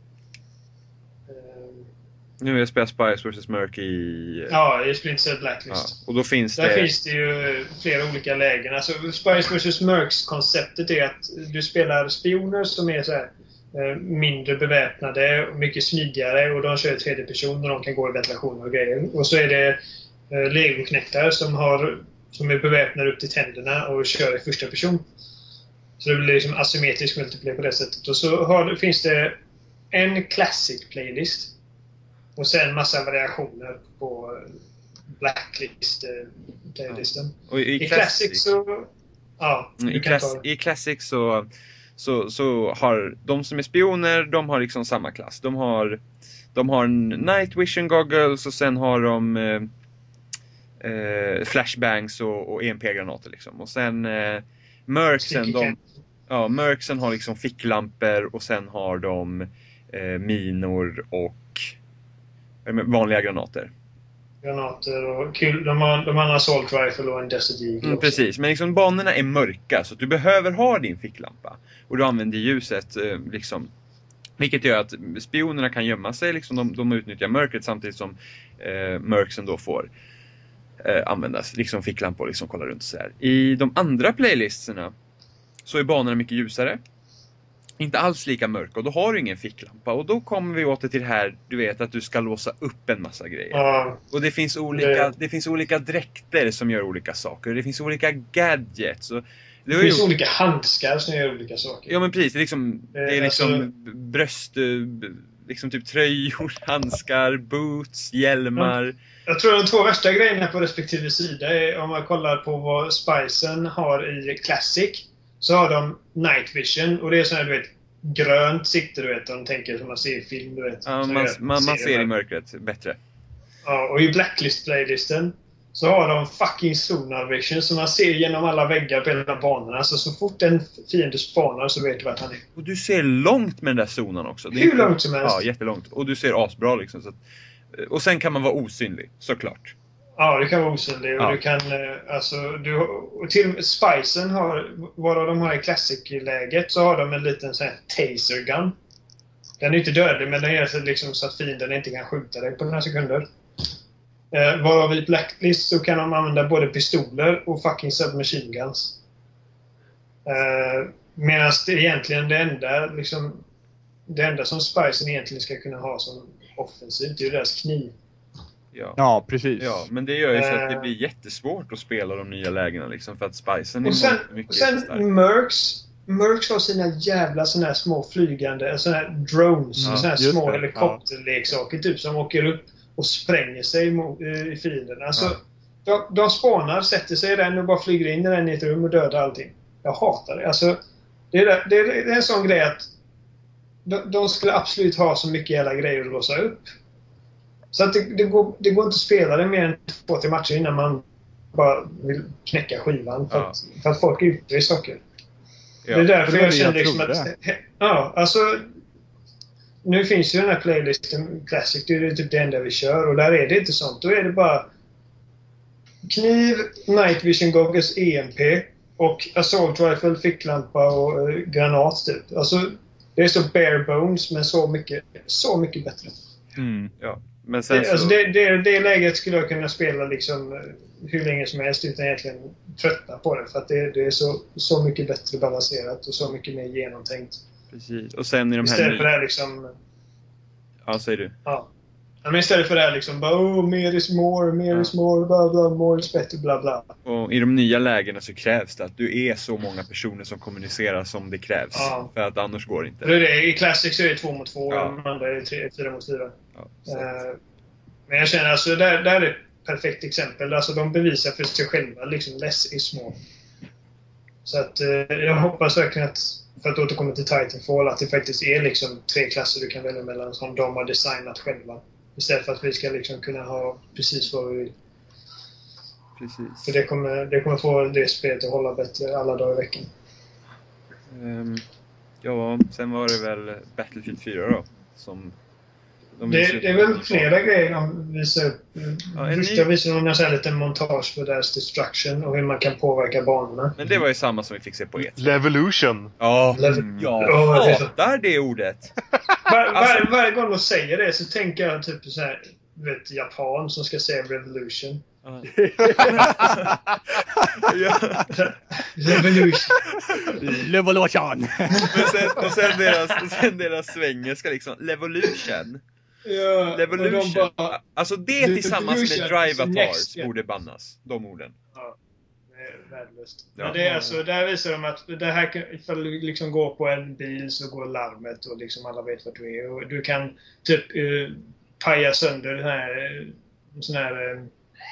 Nu har jag spelat Spice versus Merc i... Ja, i Splinter Cell Blacklist. Ja, och då finns Där det... finns det ju flera olika lägen. Alltså, Spice versus Mercs konceptet är att du spelar spioner som är så här, eh, mindre beväpnade och mycket smidigare. Och de kör i tredje person och de kan gå i ventilationer och grejer. Och så är det eh, legoknektar som, har, som är beväpnade upp till tänderna och kör i första person. Så det blir liksom asymmetrisk multiplayer på det sättet. Och så har, finns det en classic playlist. Och sen massa variationer på Blacklist-playlisten. Och i, I Classic så... Ja, I, klass, I Classic så, så, så har de som är spioner, de har liksom samma klass. De har, de har en night vision goggles och sen har de eh, eh, flashbangs och, och E M P-granater liksom. Och sen eh, Mercsen, de, ja, Mercsen har liksom ficklampor och sen har de eh, minor och vanliga granater. Granater och kul. De har, de har en Assault Rifle och en Desert Eagle mm, precis, men liksom banorna är mörka så du behöver ha din ficklampa. Och du använder ljuset eh, liksom. Vilket gör att spionerna kan gömma sig liksom, de, de utnyttjar mörkret samtidigt som eh, mörksen då får eh, användas. Liksom ficklampor och liksom kolla runt så här. I de andra playlisterna så är banorna mycket ljusare. Inte alls lika mörk och då har du ingen ficklampa. Och då kommer vi åter till det här, du vet, att du ska låsa upp en massa grejer. Ja, och det finns, olika, det... det finns olika dräkter som gör olika saker. Det finns olika gadgets. Och det, det finns ju... olika handskar som gör olika saker. Ja, men precis. Det är liksom, det är liksom alltså... bröst, liksom typ tröjor, handskar, boots, hjälmar. Ja. Jag tror de två värsta grejerna på respektive sida är, om man kollar på vad Spicen har i Classic. Så har de night vision och det är sån här, du vet, grönt sikte, du vet, de tänker som man ser i film, du vet. Ja, man, man, man ser, ser i mörkret bättre. Ja, och i Blacklist-playlisten så har de fucking sonar vision så man ser genom alla väggar på hela banorna. Så så fort en fiende spanar så vet du vart han är. Och du ser långt med den där zonan också. Det är Hur långt som helst. Ja, jättelångt. Och du ser asbra liksom. Så att, och sen kan man vara osynlig, såklart. Ja, det kan vara osynlig. Och ja. du kan, alltså, du, och till Spicen har, varav de har i Classic-läget, så har de en liten sån här taser gun. Den är inte dödlig, men den gör så, liksom, så att fienden inte kan skjuta dig på några sekunder. Eh, varav i Blacklist så kan de använda både pistoler och fucking submachine guns. Eh, Medan det egentligen det enda liksom, det enda som Spicen egentligen ska kunna ha som offensivt är ju deras kniv. Ja. ja, precis. Ja, men det gör ju så att det Eh. blir jättesvårt att spela de nya lägena liksom, för att Spicen är Och sen, mycket sen stark. Mercs Mercs har sina jävla såna här små flygande såna här drones, Ja, såna här just små det. helikopterleksaker typ som åker upp och spränger sig mot, uh, i fienderna. Alltså, Ja. de, de spånar, sätter sig i den och bara flyger in i den i ett rum och dödar allting. Jag hatar det. Alltså, det, är, det, är, det är en sån grej att de, de skulle absolut ha så mycket jävla grejer att låsa upp. Så att det, det, går, det går inte att spela det mer än två till matcher innan man bara vill knäcka skivan för, Ja. att, för att folk är ute i saker. Ja. Det är därför det var jag det kände jag liksom att... trodde. Ja, alltså... Nu finns ju den här playlisten Classic, det är typ det enda vi kör. Och där är det inte sånt. Då är det bara... Kniv, Night Vision Goggles, E M P och Assault Rifle, ficklampa och uh, granat typ. Alltså, det är så bare bones men så mycket, så mycket bättre. Mm. Ja. Men sen Det, så... alltså det, det, det läget skulle jag kunna spela liksom uh, hur länge som helst utan egentligen tröttna på det. För att det, det är så, så mycket bättre balanserat och så mycket mer genomtänkt. Precis. Och sen i de här Istället för det nya... här liksom... Ja, säger du. Ja. Men istället för det här liksom bara oh, mer is more, mer Ja. is more, bla bla, more is better, bla bla. Och i de nya lägena så krävs det att du är så många personer som kommunicerar som det krävs. Ja. För att annars går det inte. Det är det. I Classic så är det två mot två, Ja. och de andra är tre, fyra mot fyra. Ja, så. Eh, men jag känner alltså, där, där är ett perfekt exempel. Alltså de bevisar för sig själva liksom less is more. Så att eh, jag hoppas verkligen att, för att återkomma till Titanfall, att det faktiskt är liksom tre klasser du kan välja mellan som de har designat själva. Istället för att vi ska liksom kunna ha precis vad vi vill. Precis. För det kommer, det kommer få det spelet att hålla bättre alla dagar i veckan. Um, ja, sen var det väl Battlefield fyra då. Som de Det, visade det är upp väl en flera grejer de visar upp. Ja, en Först ny- jag visade de en liten montage på deras destruction och hur man kan påverka banorna. Men det var ju samma som vi fick se på E tre. Levolution. Ja, Level- jag Ja, det är så. hatar det ordet. Var, Alltså- var, varje gång de säger det så tänker jag typ så här, du vet, japan som ska säga revolution. Ja. Revolution. Levolution! Men sen, och sen deras, och sen deras svengelska liksom, Levolution. Ja, Levolution. och de bara, Alltså det The tillsammans med Revolution Drive is Avatars next, yeah. borde bannas. De orden. ja, det är värdelöst. Ja. Men det är alltså, där visar de att det här kan, ifall du liksom går på en bil så går larmet och liksom alla vet vart du är. Och du kan typ uh, paja sönder den här, en sån här uh,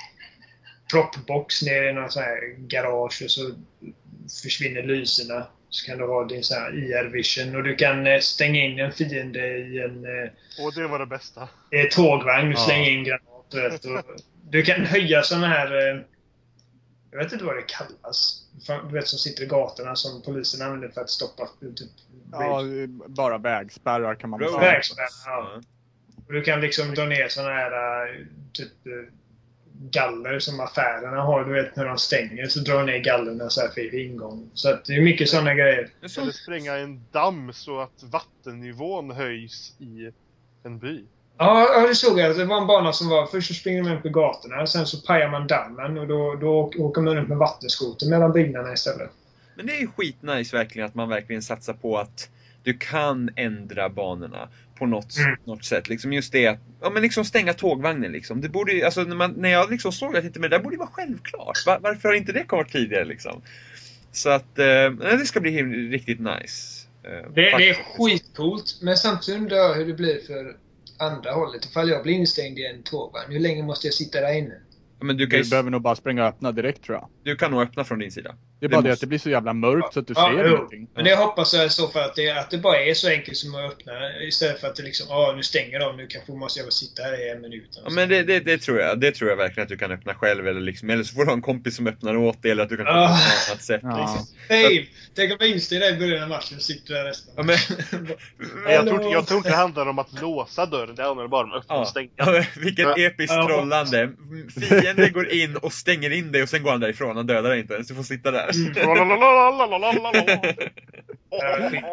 propbox ner i någon sån här garage och så försvinner lyserna. Så kan du ha din sån här I R-vision och du kan uh, stänga in en fiende i en uh, Och det var det bästa. eh, tågvagn. Du Ja. slänger in granat. Vet, och du kan höja såna här... Eh, jag vet inte vad det kallas. Du vet som sitter i gatorna som polisen använder för att stoppa typ, Ja, bara vägspärrar kan man väl Road säga. vägspärrar, ja. Och du kan liksom dra ner såna här eh, typ eh, galler som affärerna har. Du vet när de stänger så drar de ner gallerna så här för ingång. Så att det är mycket såna grejer. Men så- Eller spränga en damm så att vattennivån höjs i en by. Ja, ja, det såg jag. Det var en bana som var... Först så springer man upp i gatorna. Sen så pajar man dammen. Och då, då åker man upp med vattenskoter mellan byggnaderna istället. Men det är ju skitnice verkligen att man verkligen satsar på att du kan ändra banorna på något, Mm. något sätt. Liksom just det att, ja men liksom stänga tågvagnen liksom. Det borde ju, alltså när, man, när jag liksom såg att inte men det där borde ju vara självklart. Var, varför har inte det kommit tidigare liksom? Så att, eh, det ska bli riktigt nice. Eh, Det, det är faktiskt. skitcoolt. Men samtidigt undrar jag hur det blir för andra hållet. Ifall jag blir instängd i en tågvagn. Hur länge måste jag sitta där inne? Ja, men du kan, Du ju, behöver nog bara spränga och öppna direkt tror jag. du kan nog öppna från din sida. Det är Det bara det måste- att det blir så jävla mörkt så att du Ja, ser jo. ingenting. Men det hoppas jag i så fall att det, att det bara är så enkelt som att öppna. Istället för att det liksom, ja nu stänger de. Nu kanske måste jag bara sitta här i en minut. Ja, men det, det, det tror jag. Det tror jag verkligen att du kan öppna själv eller liksom, eller så får du ha en kompis som öppnar åt dig eller att du kan öppna Ah. på ett annat sätt Ja. liksom. Hej! Tänk om jag instängd där i början av matchen och sitter där resten. Ja, men, Nej, jag, tror, jag tror inte det handlar om att låsa dörren. Det handlar bara om att öppna och ja. stänga. Ja, men vilket Ja. episkt Ja. trollande. Fienden går in och stänger in dig och sen går han därifrån. Han dödar dig inte ens. Du får sitta där. Mm.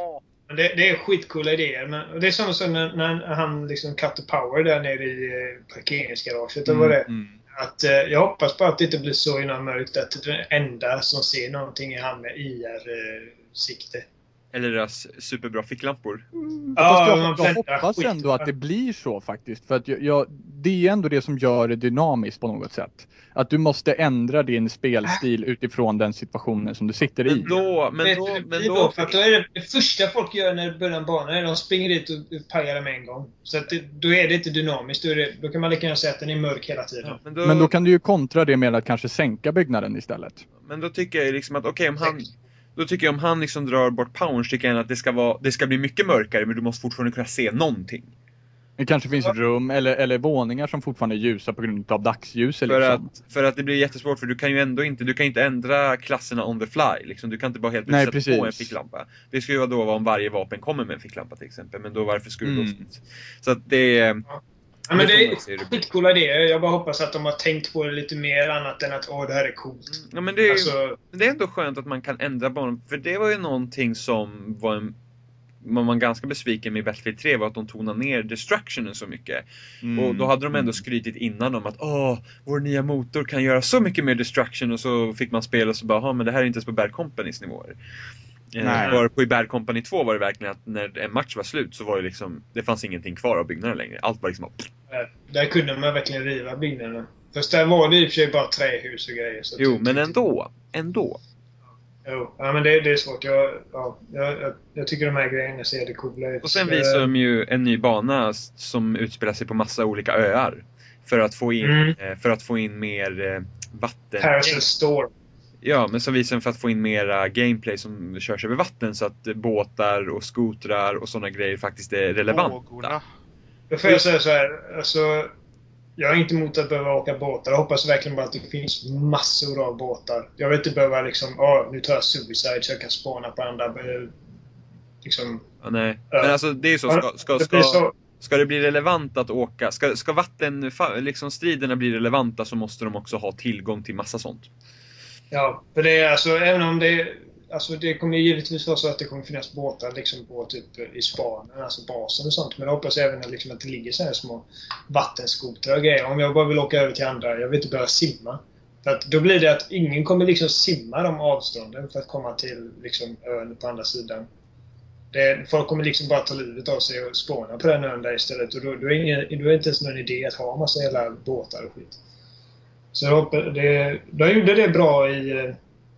Det, det är skitcoola idéer. Men det är samma som när, när han liksom cut the power där nere i eh, parkeringsgaraget. Mm, var det. Mm. Att, eh, jag hoppas bara att det inte blir så innan mörkt att den enda som ser någonting är han med I R-sikte. Eh, Eller deras superbra ficklampor. Mm. Ja, jag, jag hoppas skit. ändå att det blir så faktiskt. För att jag, jag, det är ändå det som gör det dynamiskt på något sätt. Att du måste ändra din spelstil äh. utifrån den situationen som du sitter i. Men då, men då, men men då, då, för att då är det, det första folk gör när de börjar en bana. De springer dit och pajar dem en gång. Så att det, då är det inte dynamiskt. Då, är det, då kan man lika gärna säga att den är mörk hela tiden. Ja, men, då, men då kan du ju kontra det med att kanske sänka byggnaden istället. Men då tycker jag liksom att okej, okay, om han... Då tycker jag om han liksom drar bort powern, tycker jag att det ska, vara, det ska bli mycket mörkare, men du måste fortfarande kunna se någonting. Det kanske finns rum eller, eller våningar som fortfarande är ljusa på grund av dagsljus. För, liksom. att, för att det blir jättesvårt, för du kan ju ändå inte, du kan inte ändra klasserna on the fly. Liksom. Du kan inte bara helt plötsligt sätta på en ficklampa. Det skulle ju då vara om varje vapen kommer med en ficklampa till exempel. Men då varför skulle mm. du då... Så att det är... Ja. Ja, men det är skitcoola idéer. Jag bara hoppas att de har tänkt på det lite mer annat än att åh, det här är coolt. Ja, men det är, alltså... det är ändå skönt att man kan ändra banan. För det var ju någonting som var en... man var ganska besviken med Battlefield tre, var att de tonade ner destructionen så mycket. Mm. Och då hade de ändå skrytit innan om att åh, vår nya motor kan göra så mycket mer destruction, och så fick man spela och så bara, men det här är inte ens på Bad Company's nivåer. Nej. Var på i Bad Company två var det verkligen att när en match var slut så var det liksom, det fanns ingenting kvar av byggnaden längre. Allt var liksom... Där kunde man verkligen riva byggnaderna. Först där var det i och för sig bara trähus och grejer. Så jo, men ändå. Ändå. Jo, ja, men det, det är svårt. Jag, ja, jag, jag tycker de här grejerna ser det coola ut. Och sen visar de ju en ny bana som utspelar sig på massa olika öar. För att få in, mm. för att få in mer vatten. Parasol Storm. Ja, men så visar de för att få in mera gameplay som körs över vatten, så att båtar och skotrar och sådana grejer faktiskt är relevanta. Då får jag säga så här, alltså, jag är inte emot att behöva åka båtar. Jag hoppas verkligen bara att det finns massor av båtar. Jag vill inte behöva liksom, åh, nu tar jag Suicide så jag kan spåna på andra liksom. Ja, nej. Men alltså det är så, ska, ska, ska, ska, ska det bli relevant att åka, ska, ska vatten, liksom striderna bli relevanta, så måste de också ha tillgång till massa sånt. Ja, för det är alltså, även om det alltså det kommer ju givetvis vara så att det kommer finnas båtar liksom på typ i Spanien, alltså basen och sånt, men jag hoppas även att, liksom, att det ligger så här små vattenskotrar och grejer. Om jag bara vill åka över till andra, jag vill inte börja simma. För att då blir det att ingen kommer liksom simma de avstånden för att komma till liksom ön på andra sidan. Det, folk kommer liksom bara ta livet av sig och spåna på den ön där istället, och då, då, är ingen, då är det inte ens någon idé att ha en massa hela båtar och skit. Så det, de gjorde det bra i,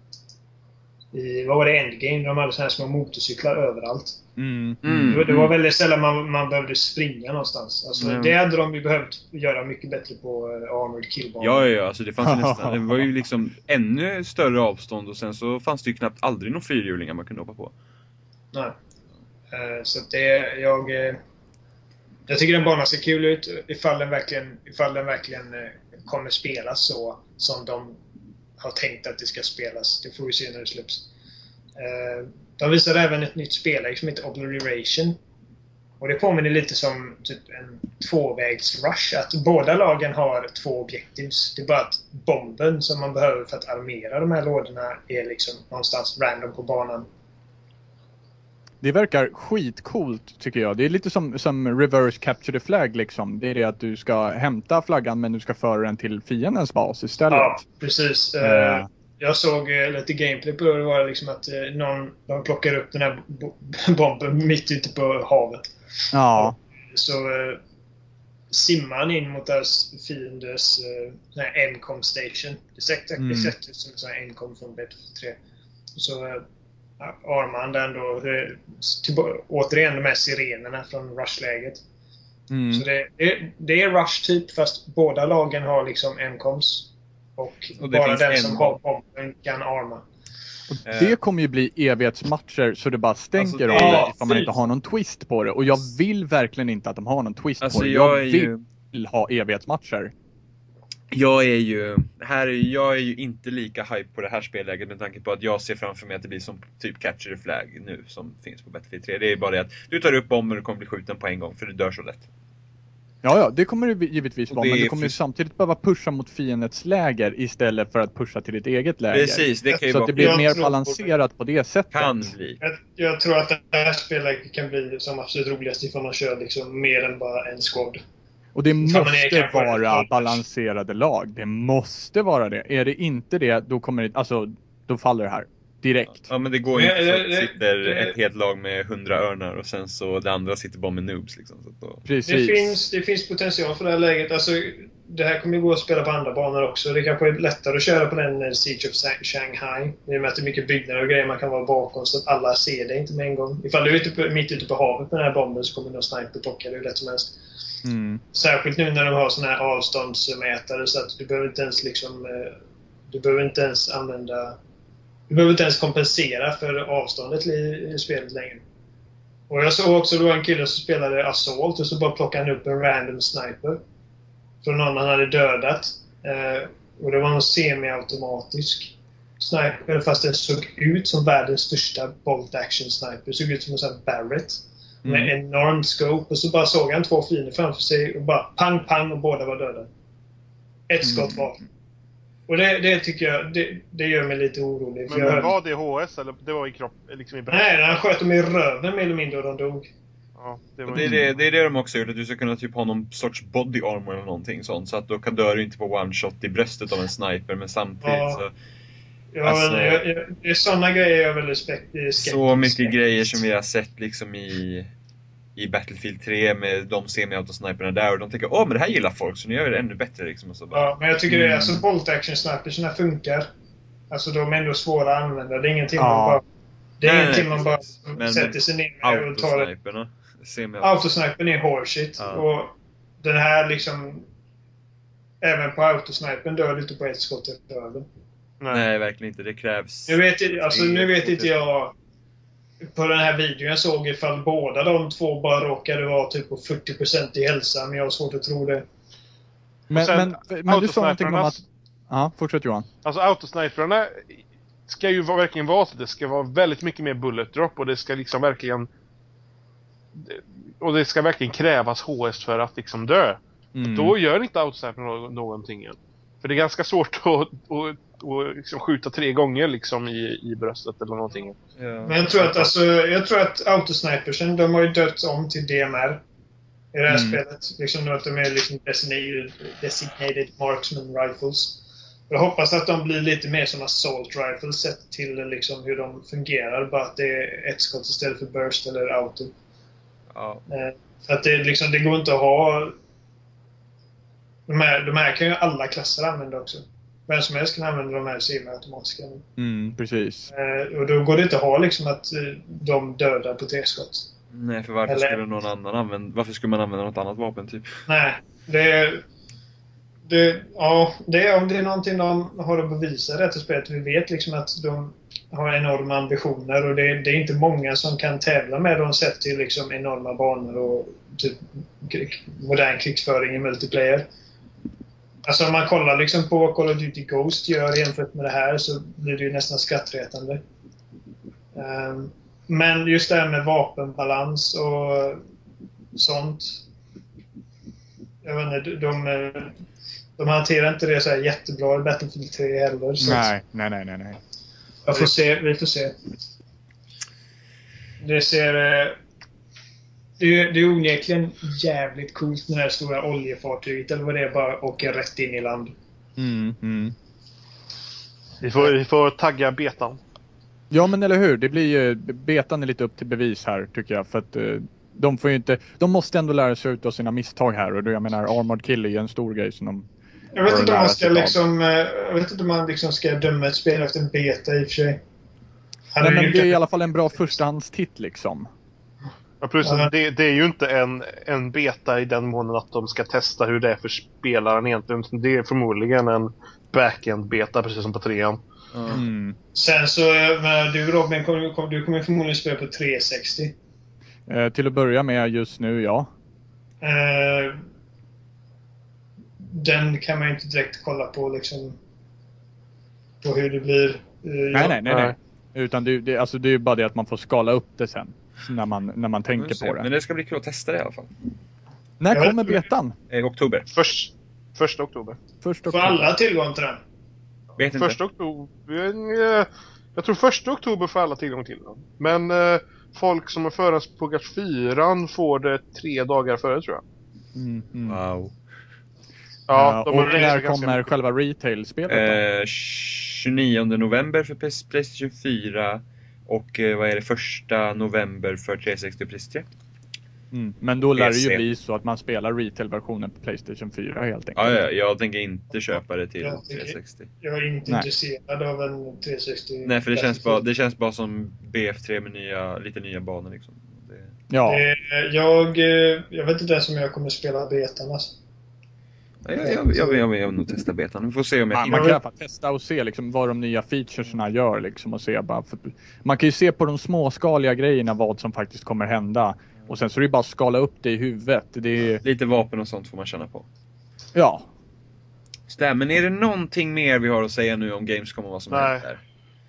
i vad var det, Endgame. De hade såna här små motorcyklar överallt. Mm, mm, det, det var väldigt sällan man, man behövde springa någonstans. Alltså, mm. Det hade de ju behövt göra mycket bättre på uh, Armored Killbane. Ja, ja, alltså det fanns ju nästan, det var ju liksom ännu större avstånd, och sen så fanns det ju knappt aldrig någon fyrhjulingar man kunde hoppa på. Nej. Uh, så det, jag... Uh, jag tycker den banan ser kul ut ifall den verkligen, ifall den verkligen uh, kommer spelas så som de har tänkt att det ska spelas. Det får vi se när det släpps. Uh, de visade även ett nytt spelläge som heter Obliteration. Och det påminner lite som typ en tvåvägs-rush. Att båda lagen har två objectives. Det är bara att bomben som man behöver för att armera de här lådorna är liksom någonstans random på banan. Det verkar skitcoolt tycker jag. Det är lite som, som reverse capture the flag liksom. Det är det att du ska hämta flaggan, men du ska föra den till fiendens bas istället. Ja, precis. Uh, jag såg uh, lite gameplay på det. Det var liksom att uh, någon, de plockar upp den här bo- bomben mitt ute på havet. Ja. Så uh, simmar han in mot deras fiendes uh, Encom station. Det ser exakt mm. som en Encom från Battlefield tre. Så... Uh, armand ändå till, återigen de här sirenerna från rushläget. Mm. Så det, det, det är rush typ, fast båda lagen har liksom encoms och, och bara den som har bomben kan arma. Och det kommer ju bli evighetsmatcher så det bara stänker alltså, det, om det ifall man inte har någon twist på det. Och jag vill verkligen inte att de har någon twist alltså, på det. Jag, jag vill ju... ha evighetsmatcher. Jag är ju här jag är ju inte lika hype på det här spelläget, med tanke på att jag ser framför mig att det blir som typ Capture the Flag nu som finns på Battlefield tre. Det är bara det att du tar upp bomber och kommer bli skjuten på en gång, för det dör så lätt. Ja, ja, det kommer det givetvis vara, det men du kommer för... ju samtidigt behöva pusha mot fiendets läger istället för att pusha till ditt eget läger. Precis, det kan ju så vara... att det blir jag mer tror... balanserat på det sättet. Kan bli. Jag, jag tror att det här spelet kan bli som absolut roligast ifall man kör liksom mer än bara en squad. Och det måste vara vara balanserade lag. Det måste vara det. Är det inte det, då kommer det, alltså, då faller det här direkt. Ja, men det går ju inte så att det sitter det, ett helt lag med hundra örnar och sen så det andra sitter bara med noobs liksom. Så då... Precis. Det finns, det finns potential för det här läget. Alltså, det här kommer ju gå att spela på andra banor också. Det kanske är lättare att köra på den Siege of Shanghai. I och med att det är mycket byggnader och grejer man kan vara bakom så att alla ser det inte med en gång. Ifall du är ute på, mitt ute på havet med den här bomben så kommer någon sniper plocka det hur lätt som helst. Mm. Särskilt nu när de har såna här avståndsmätare så att du behöver inte ens liksom... Du behöver inte ens använda... Du behöver inte ens kompensera för avståndet i, i spelet längre. Och jag såg också då en kille som spelade Assault och så bara plockade han upp en random sniper. Från någon han hade dödat. Eh, och det var en semi-automatisk sniper fast den såg ut som världens största bolt action sniper. Det såg ut som en sån här Barrett. Med mm. enorm scope. Och så bara såg han två fiender framför sig och bara pang pang och båda var döda. Ett skott var. Mm. Och det, det tycker jag, det, det gör mig lite orolig. Men, men var det H S eller det var i kropp, liksom i bröstet? Nej, han sköt dem i röven mer eller mindre och de dog. Ja, det, var det, är det, det är det de också gjort, att du ska kunna typ ha någon sorts body armor eller någonting sånt. Så att då kan dör du inte på one shot i bröstet av en sniper, men samtidigt ja. så... Ja, alltså, jag, jag, det är sådana grejer jag är väldigt skeptisk. Så mycket skeptisk. Grejer som vi har sett liksom i... i Battlefield tre med de semi-autosniperna där och de tänker, åh men det här gillar folk så nu gör vi det ännu bättre liksom. Och så bara, ja, men jag tycker mm. det är alltså bolt action snipersna funkar. Alltså de är ändå svåra att använda. Det är ingenting ja. man bara det är nej, ingenting nej, man bara men sätter sig ner och tar autosniperna. Autosnipern är horseshit ja. Och den här liksom även på autosnipern dör du inte på ett skott efter över. Nej. nej, verkligen inte. Det krävs. Nu vet alltså nu vet inte jag på den här videon jag såg ifall båda de två bara råkade vara typ på fyrtio procent i hälsa, men jag har svårt att tro det. Men, men, men du sa någonting om att... Ja, fortsätt Johan. Alltså autosniperna ska ju verkligen vara så. Det ska vara väldigt mycket mer bullet drop och det ska liksom verkligen... Och det ska verkligen krävas H S för att liksom dö. Mm. Då gör inte autosniperna någonting än. För det är ganska svårt att... att och liksom skjuta tre gånger liksom i, i bröstet eller någonting. Ja. Men jag tror att alltså, jag tror att autosnipersen, de har ju döpts om till D M R i det här mm. spelet. Liksom att de är liksom designated, designated marksman rifles. Jag hoppas att de blir lite mer som assault rifles sett till liksom hur de fungerar. Bara att det är ett skott istället för burst eller auto. Ja. För att det, liksom, det går inte att ha... De här, de här kan ju alla klasser använda också. Vem som helst kan använda de här semi-automatiska. Mm, precis. Eh, och då går det inte att ha liksom att eh, de dödar på tre skott. Nej, för varför Eller... skulle någon annan använda... Varför skulle man använda något annat vapen typ? Nej, det... det ja, det är om det är någonting de har att bevisa det till spelet. Vi vet liksom att de har enorma ambitioner och det, det är inte många som kan tävla med dem sett till liksom enorma banor och typ modern krigsföring i multiplayer. Alltså om man kollar liksom på vad Call of Duty Ghost gör jämfört med det här så blir det ju nästan skrattretande. Um, men just det här med vapenbalans och sånt. Jag vet inte, de, de, de hanterar inte det så här jättebra i Battlefield tre heller. Så nej, nej, nej, nej, nej. Jag får se, vi får se. Det ser... Det är, det är onekligen jävligt coolt när det här stora oljefartyget eller vad det är bara åker rätt in i land. Mm, mm. Vi, får, vi får tagga betan. Ja men eller hur, det blir ju, betan är lite upp till bevis här tycker jag. För att de får ju inte, de måste ändå lära sig ut av sina misstag här. Och då, jag menar Armored Kill är ju en stor grej som de... Jag vet inte om man ska liksom, jag vet inte om man liksom ska döma ett spel efter en beta i och för sig. Nej, men det är i alla fall en bra förstahandstitt liksom. Ja, plus ja. Det, det är ju inte en, en beta i den månaden att de ska testa hur det är för spelaren egentligen. Det är förmodligen en backend-beta, precis som på trean. Mm. Sen så, men du Robin, kommer, du kommer förmodligen spela på trehundrasextio. Eh, till att börja med just nu, ja. Eh, den kan man ju inte direkt kolla på liksom på hur det blir. Eh, nej, nej, nej, nej. Utan det, det, alltså det är ju bara det att man får skala upp det sen. När man, när man tänker på det. Men det ska bli kul att testa det i alla fall. När kommer betan? I oktober. Först, första oktober. Första oktober. Får alla tillgång till den? Vet inte. Första oktober... Jag tror första oktober får alla tillgång till den. Men eh, folk som har förhandsbokat fyran får det tre dagar före, tror jag. Mm, mm. Wow. Ja, de och när kommer mycket. Själva retail-spelet eh, tjugonionde november för PlayStation fyra och eh, vad är det, första november för trehundrasextio och P S tre. Mm. Men då lär det ju bli så att man spelar retail-versionen på PlayStation fyra helt enkelt. Ja, ja, jag tänker inte köpa det till jag trehundrasextio. Jag är inte Nej. intresserad av en trehundrasextio. Nej, för det känns, bara, det känns bara som B F tre med nya, lite nya banor liksom. Det... Ja. Det, jag, jag vet inte ens om jag kommer spela betan alltså. Ja, jag, jag, jag, jag, jag vill nog testa betan. Vi får se om jag Man, man kan i alla fall testa och se liksom, vad de nya featuresna gör. Liksom, och se bara, för, man kan ju se på de småskaliga grejerna vad som faktiskt kommer hända. Och sen så är det bara att skala upp det i huvudet. Det är... Lite vapen och sånt får man känna på. Ja. Stämmer, men är det någonting mer vi har att säga nu om Gamescom och vad som hänt där?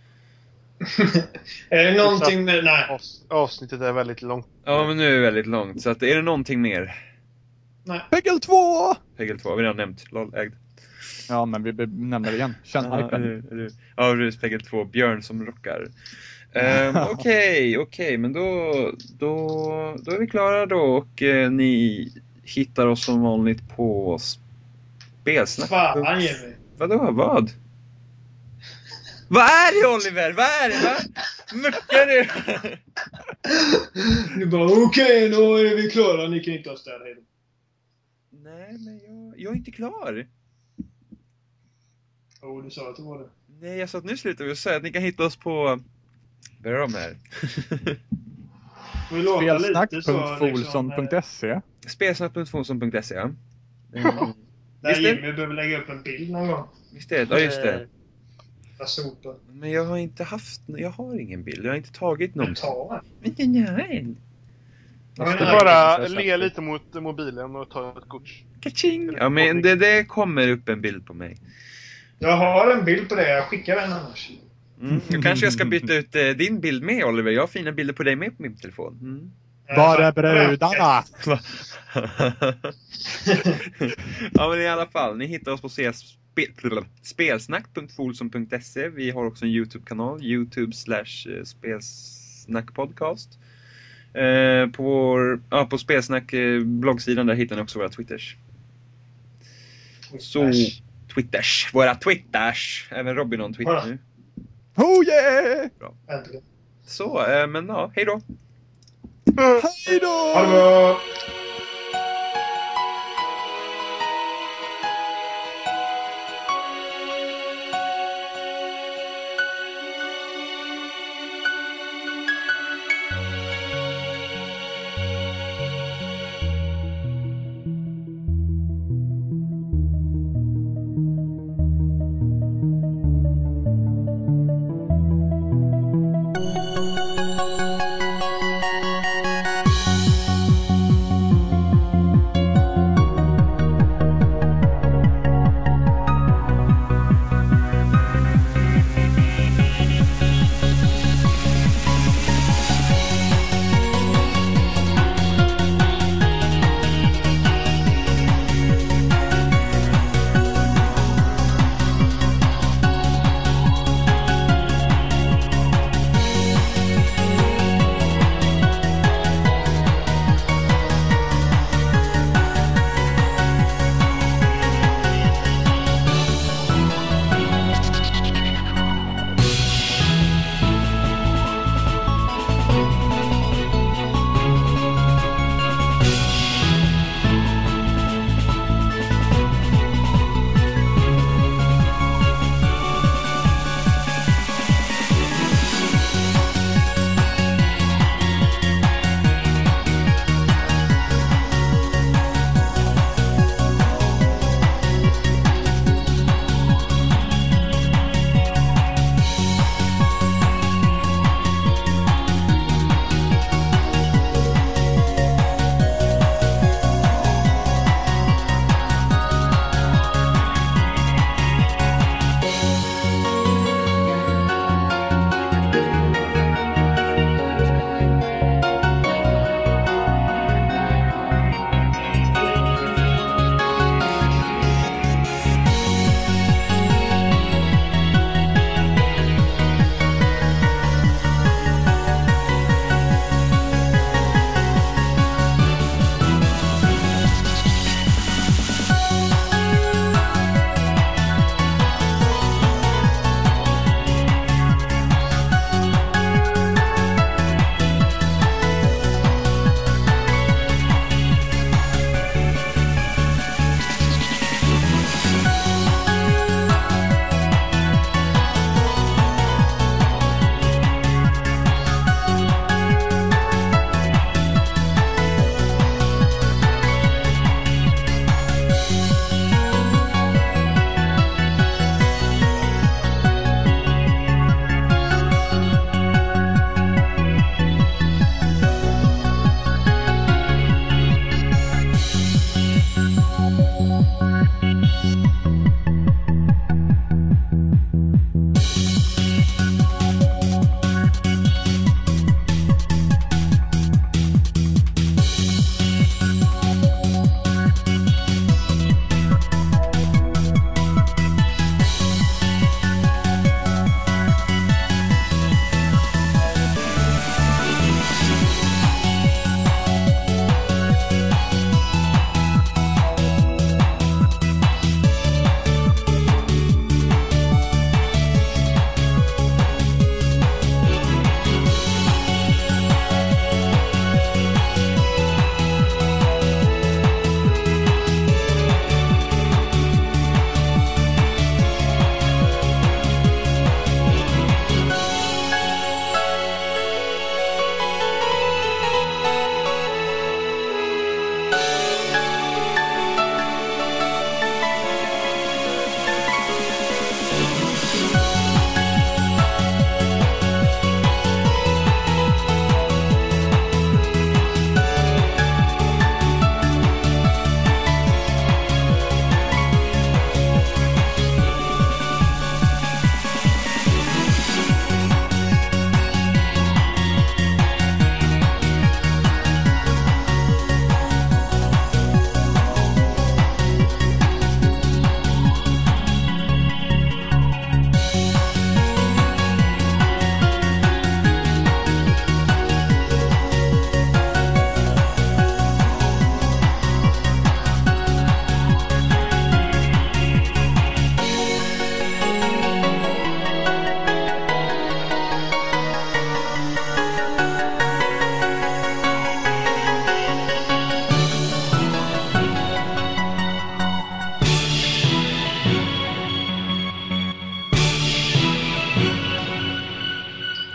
Är det någonting med... Nej. Avsnittet är väldigt långt. Ja, men nu är det väldigt långt. Så att, är det någonting mer? Nej. Peggle två! Peggle två, har vi redan nämnt. Lol, ägd. Ja, men vi nämner det igen. Känn hypen. Ja, det är Peggle två. Björn som rockar. Um, Okej, okej. Okay, okay, men då, då, då är vi klara då. Och eh, ni hittar oss som vanligt på Spelsnack. Fan, Jimmy. Vadå, vad? Vad är det, Oliver? Vad är det? Va? Muckar du? Du bara, okej, okay, då är vi klara. Ni kan inte ha ställa er. Nej, men jag, jag är inte klar. Jo, oh, du sa att det var det. Nej, jag sa att nu slutar vi och säga att ni kan hitta oss på... Vad är de här? Spelsnack punkt folsom punkt se Spelsnack punkt folsom punkt se, ja. Mm. Där Jimmy behöver lägga upp en bild någon gång. Visst det? Ja, just det. Sopa. Men jag har inte haft... Jag har ingen bild. Jag har inte tagit någon. Ta en. Men jag har en. Jag ska bara le lite mot mobilen och ta ett kort. Kaching! Ja, men det, det kommer upp en bild på mig. Jag har en bild på det. Jag skickar den annars. Mm, då kanske jag ska byta ut eh, din bild med, Oliver. Jag har fina bilder på dig med på min telefon. Mm. Var är brudarna? Ja, men i alla fall. Ni hittar oss på spel, spelsnack punkt folsom punkt se. Vi har också en YouTube-kanal. YouTube slash spelsnackpodcast. Eh, på, vår, ja, på Spelsnack eh, blogsidan där hittar ni också våra Twitters. Så, Twitters. Våra Twitters. Även Robin har en Twitter ja. nu. Oh yeah! Bra. Så, eh, men ja, hej då. Hej då! Hallå!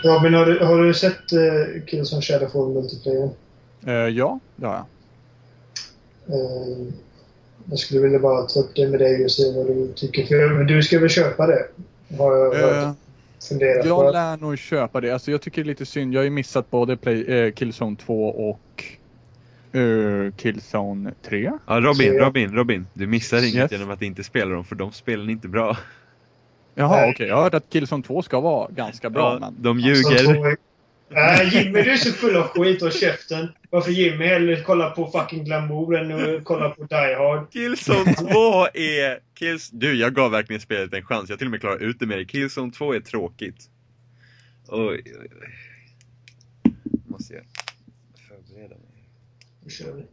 Ja, men har du, har du sett uh, Killzone Shadowfall multiplayer? Uh, ja, det har jag. Uh, jag skulle vilja bara ta upp det med dig och se vad du tycker. För, men du ska väl köpa det? Har jag uh, funderat jag på. Jag lär nog köpa det. Alltså, jag tycker det är lite synd. Jag har ju missat både Play, uh, Killzone två och uh, Killzone tre. Ja, Robin, Robin, Robin. Du missar yes. inget genom att inte spela dem, för de spelar inte bra. Jaha, okej. Okay. Jag har hört att Killzone två ska vara ganska bra. Ja, men... de ljuger. Nej, Jimmy, du är så full av skit och käften. Varför Jimmy hellre kolla på fucking Glamour än att kolla på Die Hard? Killzone två är... Kills... Du, jag gav verkligen spelet en chans. Jag till och med klarar ut det med dig. Killzone två är tråkigt. Oj, oj, oj. Måste jag förbereda mig. Nu kör vi.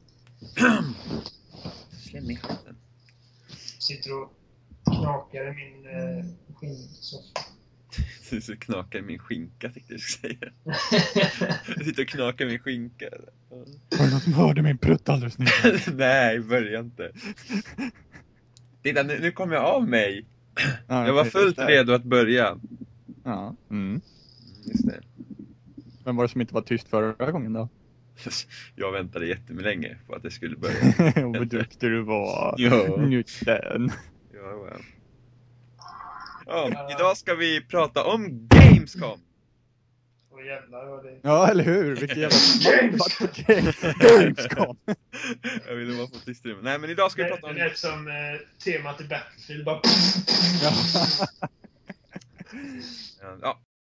Slämm i skiten. Sitter och knakar i min eh, skinnsoffa. Du så knakar i min skinka, fick du säga. Jag sitter och knakar i min skinka. Var det någon som hörde min prutt alldeles nyss? Nej, börja inte. Titta, nu, nu kom jag av mig. Ja, jag var fullt redo att börja. Ja, mm. Just det. Men var det som inte var tyst förra gången då? Jag väntade jättelänge på att det skulle börja. Vad duktig du var. Ja. Njutten. Ja, ja. Ja, idag ska vi prata om Gamescom. Åh jävlar vad det... Ja, eller hur? Vilket jävla Gamescom. Jag ville bara få tyst i rummet. Nej, men idag ska vi prata om... Det är rätt som eh, temat i Battlefield. Bara... Ja,